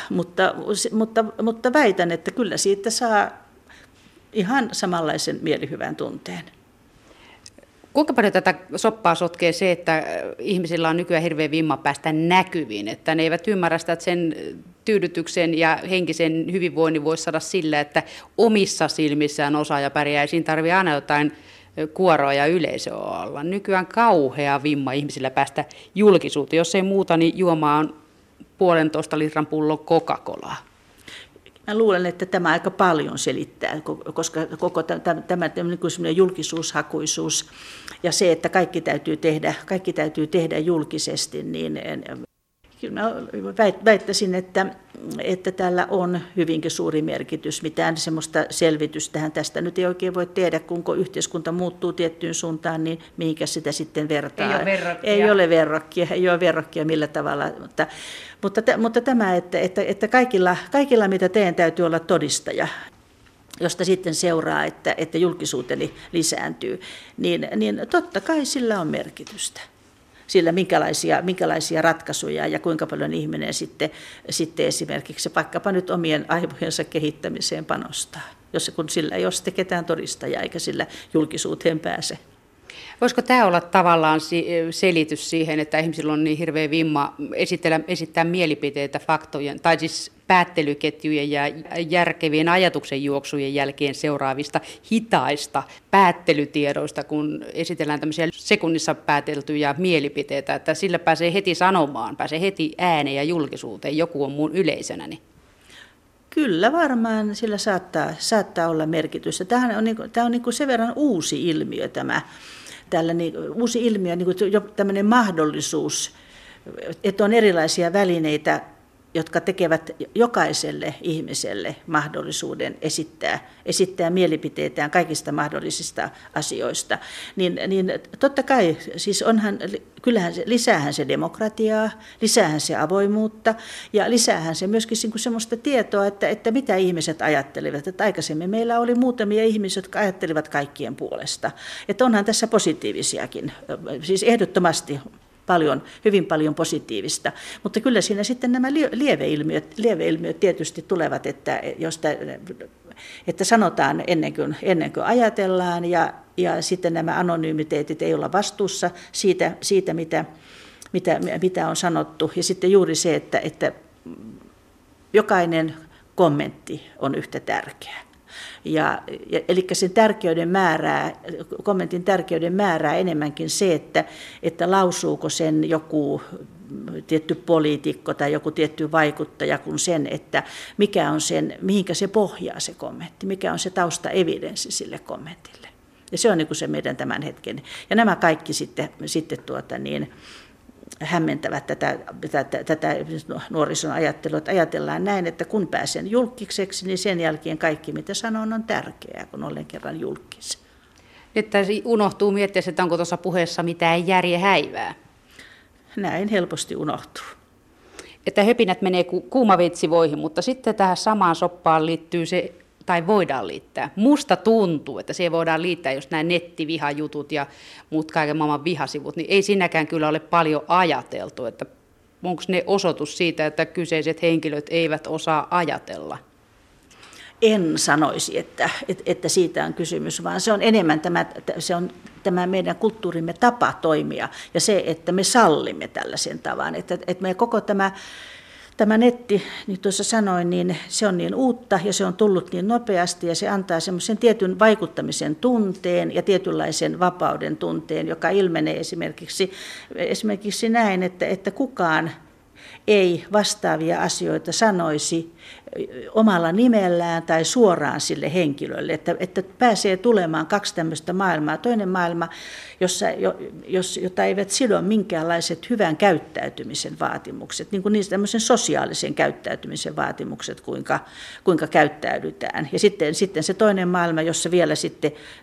Speaker 2: mutta väitän, että kyllä siitä saa ihan samanlaisen mielihyvän tunteen.
Speaker 1: Kuinka paljon tätä soppaa sotkee se, että ihmisillä on nykyään hirveä vimma päästä näkyviin, että ne eivät ymmärrä sitä, että sen tyydytyksen ja henkisen hyvinvoinnin voisi saada sillä, että omissa silmissään osaa ja pärjää. Siinä tarvitsee aina jotain kuoroa ja yleisöä olla. Nykyään kauhea vimma ihmisillä päästä julkisuuteen. Jos ei muuta, niin juomaan 1,5 litran pullon Coca-Colaa.
Speaker 2: Mä luulen, että tämä aika paljon selittää, koska koko tämä niin julkisuushakuisuus ja se, että kaikki täytyy tehdä julkisesti, niin kyllä mä väittäisin, että tällä on hyvinkin suuri merkitys. Mitään semmoista selvitystähän tästä nyt ei oikein voi tehdä, kun yhteiskunta muuttuu tiettyyn suuntaan, niin mihinkä sitä sitten vertaa. Ei ole verrokkia millä tavalla. Mutta tämä, että kaikilla mitä teen täytyy olla todistaja, josta sitten seuraa, että julkisuuteni lisääntyy, niin totta kai sillä on merkitystä. Sillä minkälaisia ratkaisuja ja kuinka paljon ihminen sitten esimerkiksi vaikkapa nyt omien aivojensa kehittämiseen panostaa, jos te ketään todistajaa eikä sillä julkisuuteen pääse.
Speaker 1: Voisiko tämä olla tavallaan selitys siihen, että ihmisillä on niin hirveä vimma esittää mielipiteitä faktojen, tai siis päättelyketjujen ja järkevien ajatuksenjuoksujen jälkeen seuraavista hitaista päättelytiedoista, kun esitellään tämmöisiä sekunnissa pääteltyjä mielipiteitä, että sillä pääsee heti sanomaan, pääsee heti ääneen ja julkisuuteen, joku on mun yleisönäni.
Speaker 2: Kyllä varmaan sillä saattaa olla merkitystä. Tämä on niin kuin sen verran uusi ilmiö uusi ilmiö, niin kuin jo tämmöinen mahdollisuus, että on erilaisia välineitä, jotka tekevät jokaiselle ihmiselle mahdollisuuden esittää mielipiteitään kaikista mahdollisista asioista. Niin totta kai, siis lisäähän se demokratiaa, lisäähän se avoimuutta ja lisäähän se myöskin semmoista tietoa, että mitä ihmiset ajattelivat. Että aikaisemmin meillä oli muutamia ihmisiä, jotka ajattelivat kaikkien puolesta. Että onhan tässä positiivisiakin, siis ehdottomasti hyvin paljon positiivista, mutta kyllä siinä sitten nämä lieveilmiöt tietysti tulevat, että sanotaan ennen kuin ajatellaan ja sitten nämä anonymiteetit ei olla vastuussa siitä mitä on sanottu ja sitten juuri se, että jokainen kommentti on yhtä tärkeä. Eli sen kommentin tärkeyden määrää enemmänkin se, että lausuuko sen joku tietty poliitikko tai joku tietty vaikuttaja kuin sen, että mihinkä se pohjaa se kommentti, mikä on se taustaevidenssi sille kommentille. Ja se on niin kuin se meidän tämän hetken. Ja nämä kaikki sitten hämmentävät tätä nuorison ajattelua, että ajatellaan näin, että kun pääsen julkiseksi, niin sen jälkeen kaikki, mitä sanon, on tärkeää, kun olen kerran julkis.
Speaker 1: Että unohtuu miettiä, että onko tuossa puheessa mitään järjen häivää.
Speaker 2: Näin helposti unohtuu.
Speaker 1: Että höpinät menee kuuma vitsi voihin, mutta sitten tähän samaan soppaan liittyy se, tai voidaan liittää. Musta tuntuu, että siihen voidaan liittää just nämä nettivihajutut ja muut kaiken maailman vihasivut, niin ei siinäkään kyllä ole paljon ajateltu, että onko ne osoitus siitä, että kyseiset henkilöt eivät osaa ajatella?
Speaker 2: En sanoisi, että siitä on kysymys, vaan se on enemmän tämä meidän kulttuurimme tapa toimia ja se, että me sallimme tällaisen tavan, että me koko Tämä netti, niin tuossa sanoin, niin se on niin uutta ja se on tullut niin nopeasti ja se antaa semmoisen tietyn vaikuttamisen tunteen ja tietynlaisen vapauden tunteen, joka ilmenee esimerkiksi näin, että kukaan ei vastaavia asioita sanoisi omalla nimellään tai suoraan sille henkilölle, että pääsee tulemaan kaksi tämmöistä maailmaa. Toinen maailma, jota eivät sido minkäänlaiset hyvän käyttäytymisen vaatimukset, niin kuin niistä tämmöisen sosiaalisen käyttäytymisen vaatimukset, kuinka käyttäydytään. Ja sitten se toinen maailma, jossa vielä sitten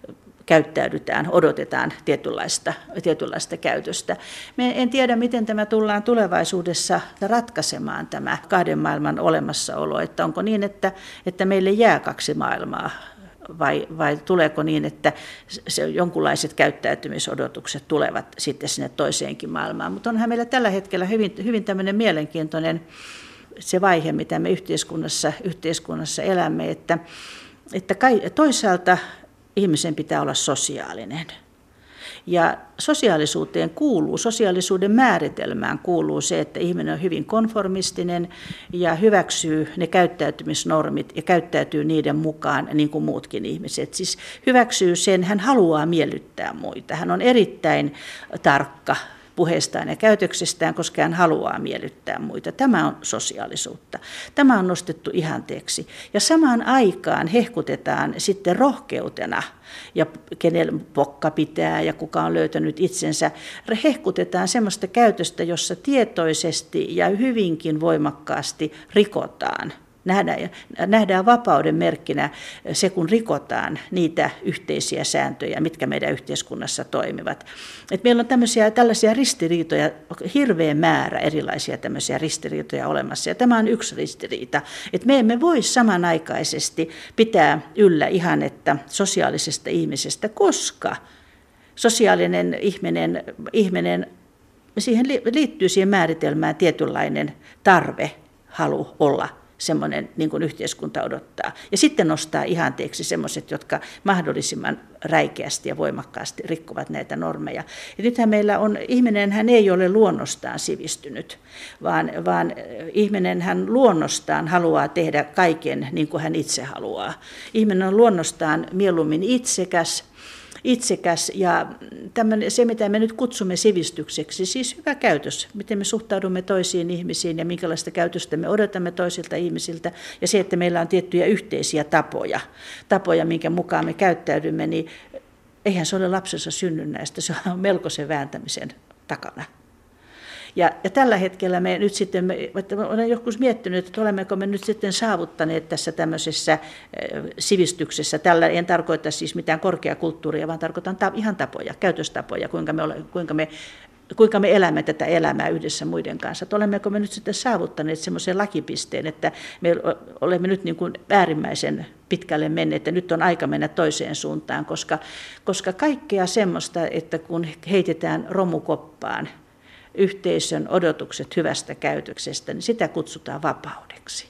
Speaker 2: käyttäydytään, odotetaan tietynlaista käytöstä. En tiedä, miten tämä tullaan tulevaisuudessa ratkaisemaan, tämä kahden maailman olemassaolo, että onko niin, että meille jää kaksi maailmaa, vai tuleeko niin, että jonkunlaiset käyttäytymisodotukset tulevat sitten sinne toiseenkin maailmaan. Mutta onhan meillä tällä hetkellä hyvin tämmöinen mielenkiintoinen se vaihe, mitä me yhteiskunnassa elämme, että toisaalta ihmisen pitää olla sosiaalinen. Ja sosiaalisuuden määritelmään kuuluu se, että ihminen on hyvin konformistinen ja hyväksyy ne käyttäytymisnormit ja käyttäytyy niiden mukaan niin kuin muutkin ihmiset. Siis hyväksyy sen, hän haluaa miellyttää muita. Hän on erittäin tarkka puheestaan ja käytöksestään, koska hän haluaa miellyttää muita. Tämä on sosiaalisuutta. Tämä on nostettu ihanteeksi. Ja samaan aikaan hehkutetaan sitten rohkeutena, ja kenen pokka pitää ja kuka on löytänyt itsensä, hehkutetaan semmoista käytöstä, jossa tietoisesti ja hyvinkin voimakkaasti rikotaan. Nähdään vapauden merkkinä se, kun rikotaan niitä yhteisiä sääntöjä, mitkä meidän yhteiskunnassa toimivat. Et meillä on tällaisia ristiriitoja, hirveä määrä erilaisia tämmöisiä ristiriitoja olemassa, ja tämä on yksi ristiriita. Et me emme voi samanaikaisesti pitää yllä ihannetta sosiaalisesta ihmisestä, koska sosiaalinen ihminen siihen liittyy siihen määritelmään tietynlainen tarve, halu olla semmoinen, niin kuin yhteiskunta odottaa. Ja sitten nostaa ihanteeksi semmoiset, jotka mahdollisimman räikeästi ja voimakkaasti rikkovat näitä normeja. Ja nythän meillä on, ihminenhän ei ole luonnostaan sivistynyt, vaan ihminenhän luonnostaan haluaa tehdä kaiken niin kuin hän itse haluaa. Ihminen on luonnostaan mieluummin itsekäs ja se, mitä me nyt kutsumme sivistykseksi, siis hyvä käytös, miten me suhtaudumme toisiin ihmisiin ja minkälaista käytöstä me odotamme toisilta ihmisiltä, ja se, että meillä on tiettyjä yhteisiä tapoja, minkä mukaan me käyttäydymme, niin eihän se ole lapsensa synnynnäistä, se on melkoisen vääntämisen takana. Ja tällä hetkellä me nyt sitten, olen joskus miettinyt, että olemmeko me nyt sitten saavuttaneet tässä tämmöisessä sivistyksessä, tällä en tarkoita siis mitään korkeakulttuuria, vaan tarkoitan ihan tapoja, käytöstapoja, kuinka me elämme tätä elämää yhdessä muiden kanssa. Että olemmeko me nyt sitten saavuttaneet semmoisen lakipisteen, että me olemme nyt niin kuin äärimmäisen pitkälle menneet, että nyt on aika mennä toiseen suuntaan, koska kaikkea semmoista, että kun heitetään romukoppaan, yhteisön odotukset hyvästä käytöksestä, niin sitä kutsutaan vapaudeksi.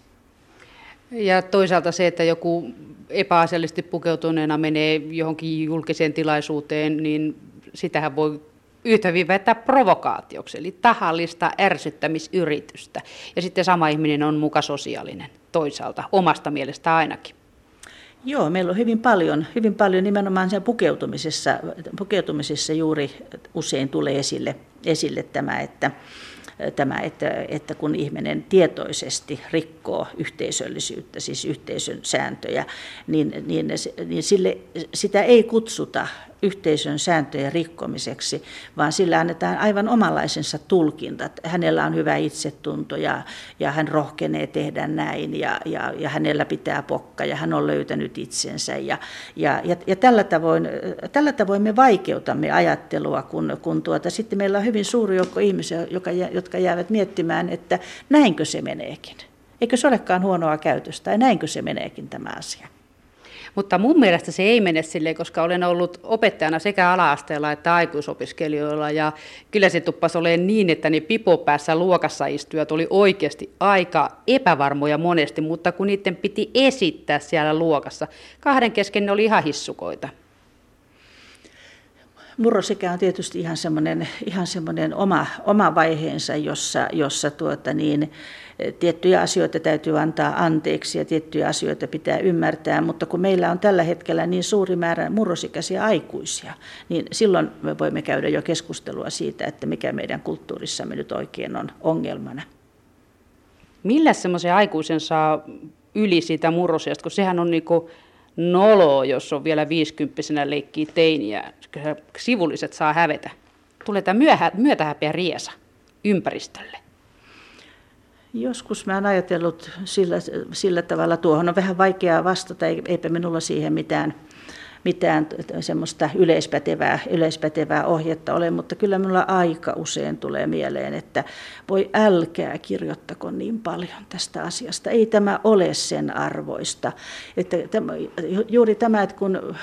Speaker 1: Ja toisaalta se, että joku epäasiallisesti pukeutuneena menee johonkin julkiseen tilaisuuteen, niin sitähän voi yhtä hyvin väittää provokaatioksi, eli tahallista ärsyttämisyritystä. Ja sitten sama ihminen on muka sosiaalinen toisaalta, omasta mielestä ainakin.
Speaker 2: Joo, meillä on hyvin paljon nimenomaan sen pukeutumisessa juuri usein tulee esille tämä, että kun ihminen tietoisesti rikkoo yhteisöllisyyttä, siis yhteisön sääntöjä, niin sitä ei kutsuta yhteisön sääntöjen rikkomiseksi, vaan sillä annetaan aivan omanlaisensa tulkinta. Hänellä on hyvä itsetunto ja hän rohkenee tehdä näin ja hänellä pitää pokka ja hän on löytänyt itsensä. Ja tällä tavoin me vaikeutamme ajattelua, kun sitten meillä on hyvin suuri joukko ihmisiä, jotka jäävät miettimään, että näinkö se meneekin. Eikö se olekaan huonoa käytöstä ja näinkö se meneekin tämä asia.
Speaker 1: Mutta mun mielestä se ei mene silleen, koska olen ollut opettajana sekä ala-asteella että aikuisopiskelijoilla. Ja kyllä se tuppasi olemaan niin, että ne pipopäässä luokassa istujat oli oikeasti aika epävarmoja monesti, mutta kun niiden piti esittää siellä luokassa, kahden kesken ne oli ihan hissukoita.
Speaker 2: Murrosikä on tietysti ihan semmoinen oma vaiheensa, jossa tiettyjä asioita täytyy antaa anteeksi ja tiettyjä asioita pitää ymmärtää, mutta kun meillä on tällä hetkellä niin suuri määrä murrosikäisiä aikuisia, niin silloin me voimme käydä jo keskustelua siitä, että mikä meidän kulttuurissamme nyt oikein on ongelmana.
Speaker 1: Millä semmoisen aikuisen saa yli siitä murrosiasta, kun sehän on niinku noloa, jos on vielä 50-vuotiaana leikkii teiniä, sivulliset saa hävetä. Tulee tämä myötähäpeä riesa ympäristölle.
Speaker 2: Joskus mä oon ajatellut sillä tavalla, tuohon on vähän vaikeaa vastata, eipä minulla siihen mitään semmoista yleispätevää ohjetta ole, mutta kyllä minulla aika usein tulee mieleen, että voi älkää kirjoittako niin paljon tästä asiasta. Ei tämä ole sen arvoista. Että juuri tämä, että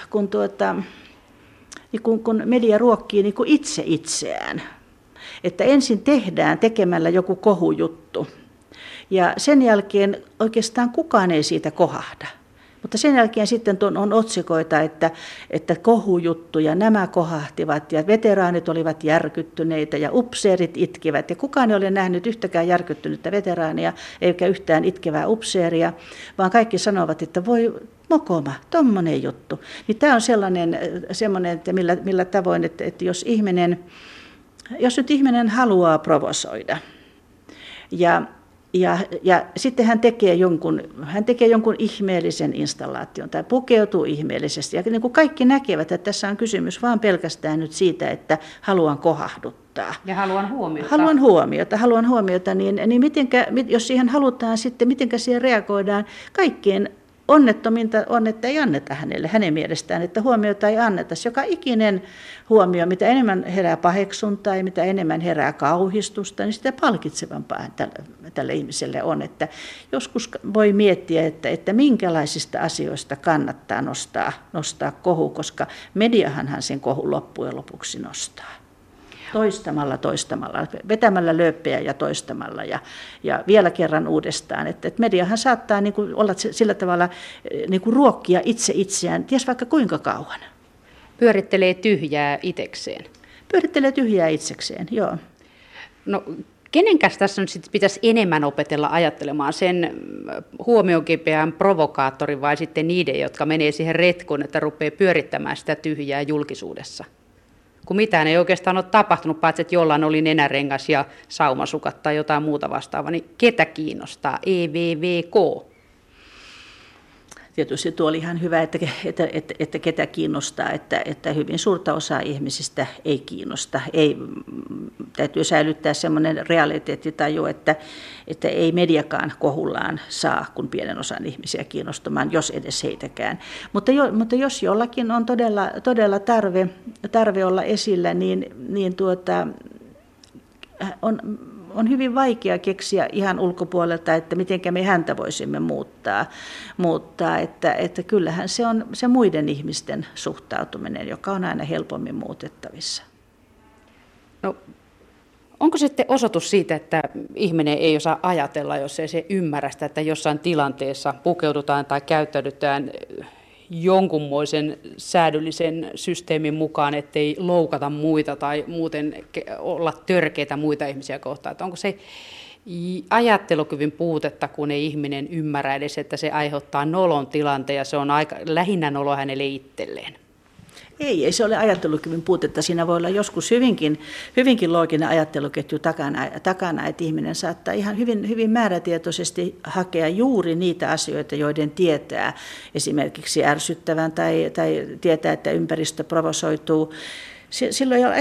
Speaker 2: kun media ruokkii niin kuin itse itseään, että ensin tehdään tekemällä joku kohujuttu ja sen jälkeen oikeastaan kukaan ei siitä kohahda. Mutta sen jälkeen sitten on otsikoita, että kohujuttuja, nämä kohahtivat ja veteraanit olivat järkyttyneitä ja upseerit itkivät. Ja kukaan ei ole nähnyt yhtäkään järkyttynyttä veteraania eikä yhtään itkevää upseeria, vaan kaikki sanovat, että voi mokoma, tommonen juttu. Niin tämä on sellainen että millä tavoin, että jos nyt ihminen haluaa provosoida ja sitten hän tekee jonkun ihmeellisen installaation tai pukeutuu ihmeellisesti. Ja niin kuin kaikki näkevät, että tässä on kysymys vaan pelkästään nyt siitä, että haluan kohahduttaa.
Speaker 1: Ja haluan huomiota.
Speaker 2: Haluan huomiota, niin jos siihen halutaan sitten, mitenkä siihen reagoidaan, kaikkien onnettominta on, että ei anneta hänelle, hänen mielestään, että huomiota ei anneta. Joka ikinen huomio, mitä enemmän herää paheksuntaa ja mitä enemmän herää kauhistusta, niin sitä palkitsevampaa tälle ihmiselle on. Että joskus voi miettiä, että minkälaisista asioista kannattaa nostaa kohu, koska mediahan sen kohun loppujen lopuksi nostaa. Toistamalla, vetämällä lööppejä ja toistamalla ja vielä kerran uudestaan. Että mediahan saattaa niin kuin olla sillä tavalla niin kuin ruokkia itseään, ties vaikka kuinka kauan.
Speaker 1: Pyörittelee tyhjää itsekseen.
Speaker 2: Pyörittelee tyhjää itsekseen, joo.
Speaker 1: No, kenenkäs tässä nyt sitten pitäisi enemmän opetella ajattelemaan, sen huomionkipeän provokaattorin vai sitten niiden, jotka menee siihen retkuun, että rupeaa pyörittämään sitä tyhjää julkisuudessa? Kun mitään ei oikeastaan ole tapahtunut, paitsi että jollain oli nenärengas ja saumasukat tai jotain muuta vastaavaa, niin ketä kiinnostaa EVVK?
Speaker 2: Tietysti tuo oli ihan hyvä, että ketä kiinnostaa, että hyvin suurta osaa ihmisistä ei kiinnosta. Täytyy säilyttää semmoinen realiteettitaju, että ei mediakaan kohullaan saa kun pienen osan ihmisiä kiinnostumaan, jos edes heitäkään. Mutta jos jollakin on todella tarve olla esillä, niin on hyvin vaikea keksiä ihan ulkopuolelta, että miten me häntä voisimme muuttaa että kyllähän se on se muiden ihmisten suhtautuminen, joka on aina helpommin muutettavissa.
Speaker 1: No, onko sitten osoitus siitä, että ihminen ei osaa ajatella, jos ei se ymmärrä sitä, että jossain tilanteessa pukeudutaan tai käyttäydytään jonkunmoisen säädyllisen systeemin mukaan, ettei loukata muita tai muuten olla törkeitä muita ihmisiä kohtaan. Että onko se ajattelukyvyn puutetta, kun ei ihminen ymmärrä edes, että se aiheuttaa nolon tilanteen ja se on lähinnä nolo hänelle itselleen?
Speaker 2: Ei se ole ajattelukyvyn puutetta. Siinä voi olla joskus hyvinkin looginen ajatteluketju takana, että ihminen saattaa ihan hyvin määrätietoisesti hakea juuri niitä asioita, joiden tietää esimerkiksi ärsyttävän tai tietää, että ympäristö provosoituu. Silloin ei ole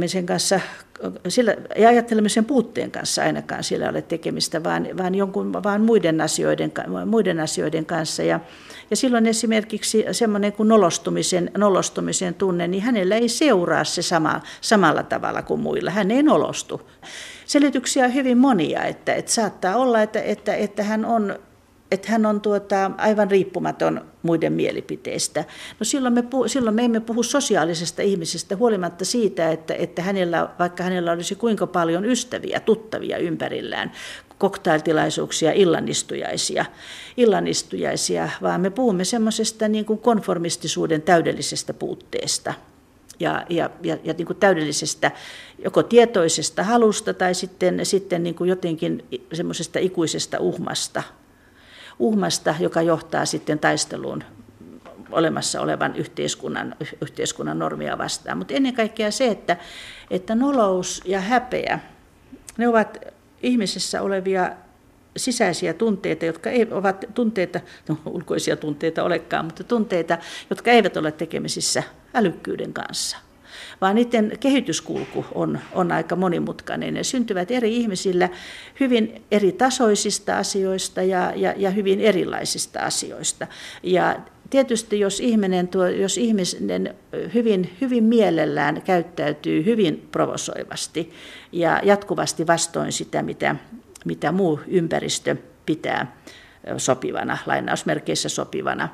Speaker 2: ajattelemisen puutteen kanssa ainakaan sillä ole tekemistä, vaan muiden asioiden kanssa. Ja silloin esimerkiksi semmoinen kuin nolostumisen tunne, niin hänellä ei seuraa se samalla tavalla kuin muilla. Hän ei nolostu. Selityksiä on hyvin monia, että saattaa olla, että hän on aivan riippumaton muiden mielipiteistä. No silloin me emme puhu sosiaalisesta ihmisestä huolimatta siitä, että vaikka hänellä olisi kuinka paljon ystäviä, tuttavia ympärillään, cocktailtilaisuuksia, illanistujaisia, vaan me puhumme semmoisesta niin kuin konformistisuuden täydellisestä puutteesta ja niin kuin täydellisestä joko tietoisesta halusta tai sitten niin kuin jotenkin semmoisesta ikuisesta uhmasta, joka johtaa sitten taisteluun olemassa olevan yhteiskunnan normia vastaan. Mutta ennen kaikkea se, että nolous ja häpeä, ne ovat ihmisessä olevia sisäisiä tunteita, jotka ei ovat tunteita, ulkoisia tunteita olekaan, mutta tunteita, jotka eivät ole tekemisissä älykkyyden kanssa. Vaan niiden kehityskulku on aika monimutkainen. Ne syntyvät eri ihmisillä hyvin eri tasoisista asioista ja hyvin erilaisista asioista. tietysti jos ihminen hyvin mielellään käyttäytyy hyvin provosoivasti ja jatkuvasti vastoin sitä, mitä muu ympäristö pitää sopivana, lainausmerkeissä sopivana,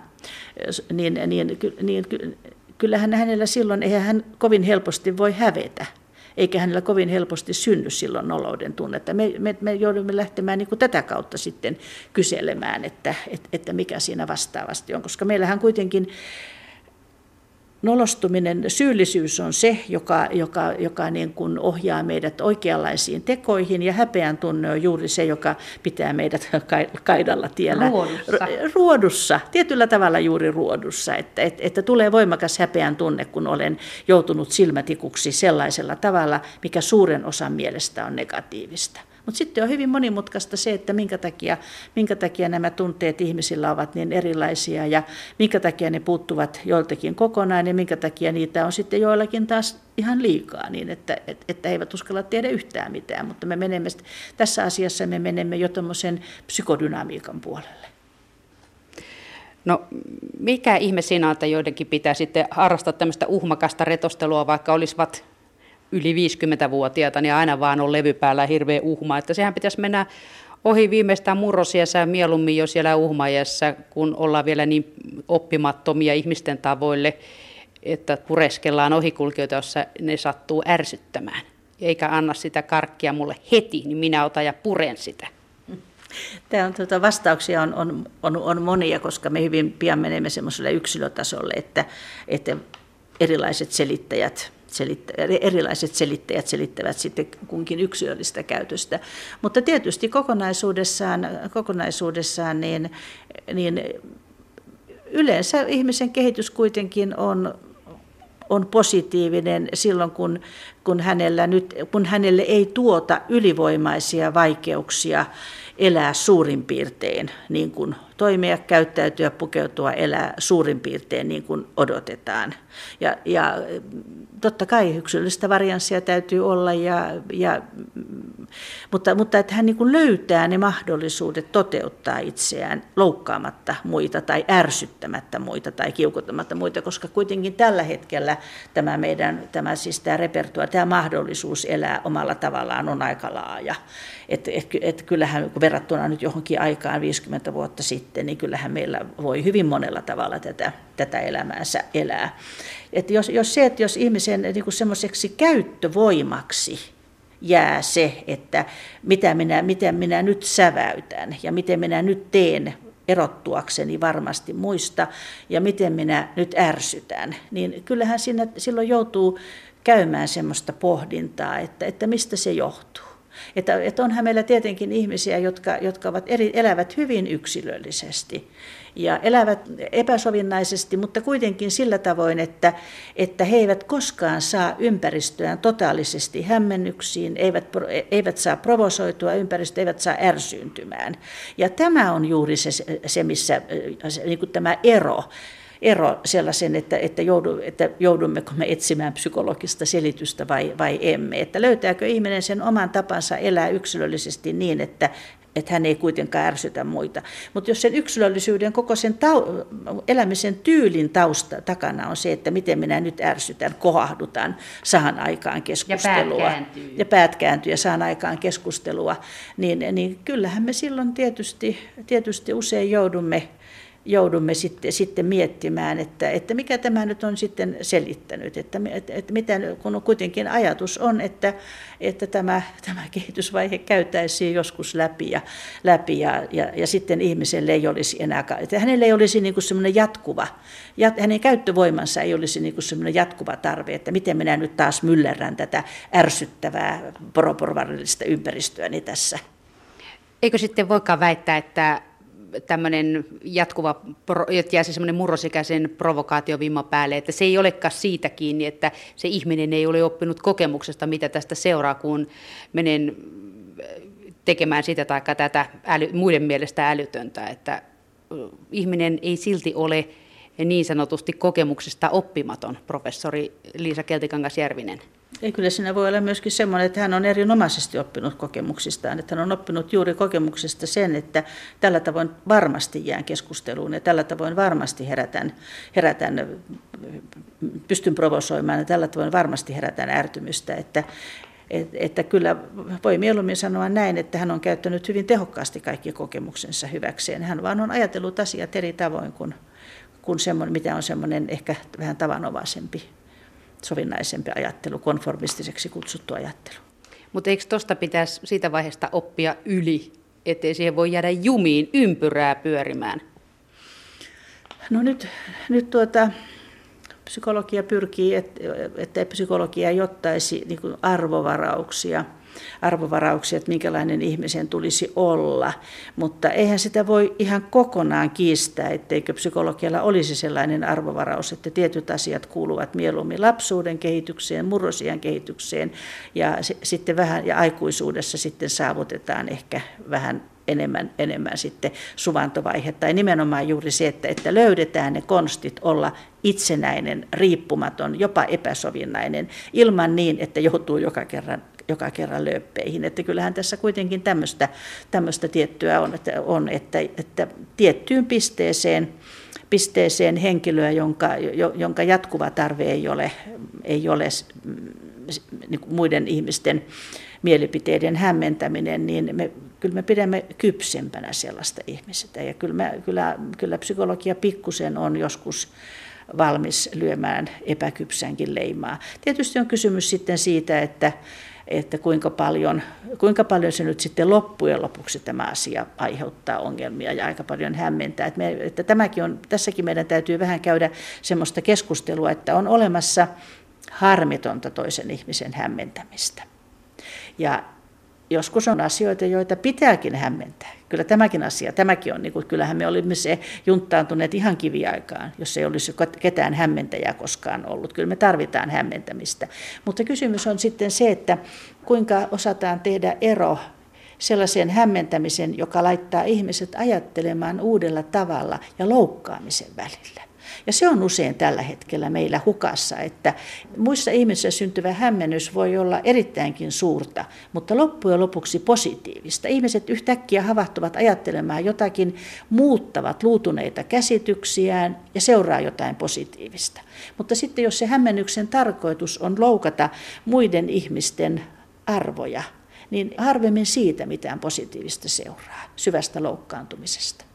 Speaker 2: niin kyllähän hänellä silloin, eihän hän kovin helposti voi hävetä, eikä hänellä kovin helposti synny silloin nolouden tunnetta. Me joudumme lähtemään niin kuin tätä kautta sitten kyselemään, että mikä siinä vastaavasti on, koska meillähän kuitenkin nolostuminen, syyllisyys on se, joka niin kuin ohjaa meidät oikeanlaisiin tekoihin, ja häpeän tunne on juuri se, joka pitää meidät kaidalla tiellä. Ruodussa, tietyllä tavalla juuri ruodussa, että tulee voimakas häpeän tunne, kun olen joutunut silmätikuksi sellaisella tavalla, mikä suuren osan mielestä on negatiivista. Mutta sitten on hyvin monimutkaista se, että minkä takia nämä tunteet ihmisillä ovat niin erilaisia ja minkä takia ne puuttuvat joiltakin kokonaan ja minkä takia niitä on sitten joillakin taas ihan liikaa niin, että eivät uskalla tehdä yhtään mitään. Mutta tässä asiassa me menemme jo tuommoisen psykodynamiikan puolelle.
Speaker 1: No mikä ihme siinä on, että joidenkin pitää sitten harrastaa tämmöistä uhmakasta retostelua, vaikka olisivat yli 50-vuotiaita, niin aina vaan on levy päällä hirveä uhma. Että sehän pitäisi mennä ohi viimeistään murrosiässä ja mieluummin jo siellä uhmajässä, kun ollaan vielä niin oppimattomia ihmisten tavoille, että pureskellaan ohikulkijoita, jossa ne sattuu ärsyttämään. Eikä anna sitä karkkia mulle heti, niin minä otan ja puren sitä.
Speaker 2: Tämä on, vastauksia on monia, koska me hyvin pian menemme semmoiselle yksilötasolle, että erilaiset selittäjät selittävät sitten kunkin yksilöllistä käytöstä. Mutta tietysti kokonaisuudessaan niin yleensä ihmisen kehitys kuitenkin on positiivinen silloin, kun hänelle ei tuota ylivoimaisia vaikeuksia elää suurin piirtein niin kuin toimia, käyttäytyä, pukeutua, elää suurin piirtein niin kuin odotetaan. Ja totta kai yksilöllistä varianssia täytyy olla, mutta että hän niin kuin löytää ne mahdollisuudet toteuttaa itseään loukkaamatta muita tai ärsyttämättä muita tai kiukuttamatta muita, koska kuitenkin tällä hetkellä tämä repertuaari, tämä mahdollisuus elää omalla tavallaan on aika laaja. Et kyllähän verrattuna nyt johonkin aikaan 50 vuotta sitten, niin kyllähän meillä voi hyvin monella tavalla tätä elämäänsä elää. Että jos ihmisen niin kuin semmoiseksi käyttövoimaksi jää se, että miten minä nyt säväytän ja miten minä nyt teen erottuakseni varmasti muista ja miten minä nyt ärsytän, niin kyllähän silloin joutuu käymään semmoista pohdintaa, että mistä se johtuu. Että onhan meillä tietenkin ihmisiä, jotka elävät hyvin yksilöllisesti ja elävät epäsovinnaisesti, mutta kuitenkin sillä tavoin, että he eivät koskaan saa ympäristöään totaalisesti hämmennyksiin, eivät saa provosoitua ympäristöä, eivät saa ärsyyntymään. Ja tämä on juuri se missä niin kuin tämä ero sellaisen, että joudummeko me etsimään psykologista selitystä vai emme. Että löytääkö ihminen sen oman tapansa elää yksilöllisesti niin, että hän ei kuitenkaan ärsytä muita. Mutta jos sen yksilöllisyyden, koko sen elämisen tyylin tausta takana on se, että miten minä nyt ärsytän, kohahdutan, saan aikaan keskustelua. Ja päät kääntyy ja saan aikaan keskustelua, niin kyllähän me silloin tietysti usein joudumme sitten miettimään, että mikä tämä nyt on sitten selittänyt, että miten, kun kuitenkin ajatus on, että tämä kehitysvaihe käytäisiin joskus läpi ja sitten ihmiselle ei olisi enää, että hänellä ei olisi niin kuin semmoinen jatkuva, hänen käyttövoimansa ei olisi niin kuin semmoinen jatkuva tarve, että miten minä nyt taas myllerrän tätä ärsyttävää poroporvarillista ympäristöäni tässä.
Speaker 1: Eikö sitten voikaan väittää, että tämmöinen jatkuva, jäisi semmoinen murrosikäisen provokaatiovimma päälle, että se ei olekaan siitä kiinni, että se ihminen ei ole oppinut kokemuksesta, mitä tästä seuraa, kun menen tekemään sitä tai tätä muiden mielestä älytöntä, että ihminen ei silti ole niin sanotusti kokemuksesta oppimaton, professori Liisa Keltikangas-Järvinen?
Speaker 2: Ei, kyllä siinä voi olla myöskin semmoinen, että hän on erinomaisesti oppinut kokemuksistaan, että hän on oppinut juuri kokemuksesta sen, että tällä tavoin varmasti jään keskusteluun ja tällä tavoin varmasti pystyn provosoimaan ja tällä tavoin varmasti herätän ärtymystä, että kyllä voi mieluummin sanoa näin, että hän on käyttänyt hyvin tehokkaasti kaikki kokemuksensa hyväkseen. Hän vaan on ajatellut asiat eri tavoin kuin semmoinen, mitä on semmoinen ehkä vähän tavanovaisempi, sovinnaisempi ajattelu, konformistiseksi kutsuttu ajattelu. Mutta
Speaker 1: eikö tuosta pitäisi siitä vaiheesta oppia yli, ettei siihen voi jäädä jumiin ympyrää pyörimään?
Speaker 2: No nyt psykologia pyrkii, että psykologia ei ottaisi niin kuin arvovarauksia, että minkälainen ihmisen tulisi olla, mutta eihän sitä voi ihan kokonaan kiistää, etteikö psykologialla olisi sellainen arvovaraus, että tietyt asiat kuuluvat mieluummin lapsuuden kehitykseen, murrosiän kehitykseen ja sitten vähän ja aikuisuudessa sitten saavutetaan ehkä vähän enemmän sitten suvantovaihe, tai nimenomaan juuri se, että löydetään ne konstit olla itsenäinen, riippumaton, jopa epäsovinnainen, ilman niin, että joutuu joka kerran lööppeihin. Että kyllähän tässä kuitenkin tämmöistä tiettyä on että tiettyyn pisteeseen henkilöä, jonka jatkuva tarve ei ole niin kuin muiden ihmisten mielipiteiden hämmentäminen, niin kyllä me pidämme kypsempänä sellaista ihmistä. Ja kyllä psykologia pikkusen on joskus valmis lyömään epäkypsänkin leimaa. Tietysti on kysymys sitten siitä, että kuinka paljon se nyt sitten loppujen lopuksi tämä asia aiheuttaa ongelmia ja aika paljon hämmentää. Että tässäkin meidän täytyy vähän käydä semmoista keskustelua, että on olemassa harmitonta toisen ihmisen hämmentämistä. Ja joskus on asioita, joita pitääkin hämmentää. Kyllä tämäkin on, niin kuin, kyllähän me olimme se junttaantuneet ihan kiviaikaan, jos ei olisi ketään hämmentäjää koskaan ollut. Kyllä me tarvitaan hämmentämistä. Mutta kysymys on sitten se, että kuinka osataan tehdä ero sellaisen hämmentämisen, joka laittaa ihmiset ajattelemaan uudella tavalla ja loukkaamisen välillä. Ja se on usein tällä hetkellä meillä hukassa, että muissa ihmisissä syntyvä hämmennys voi olla erittäinkin suurta, mutta loppujen lopuksi positiivista. Ihmiset yhtäkkiä havahtuvat ajattelemaan jotakin, muuttavat luutuneita käsityksiään ja seuraa jotain positiivista. Mutta sitten jos se hämmennyksen tarkoitus on loukata muiden ihmisten arvoja, niin harvemmin siitä mitään positiivista seuraa, syvästä loukkaantumisesta.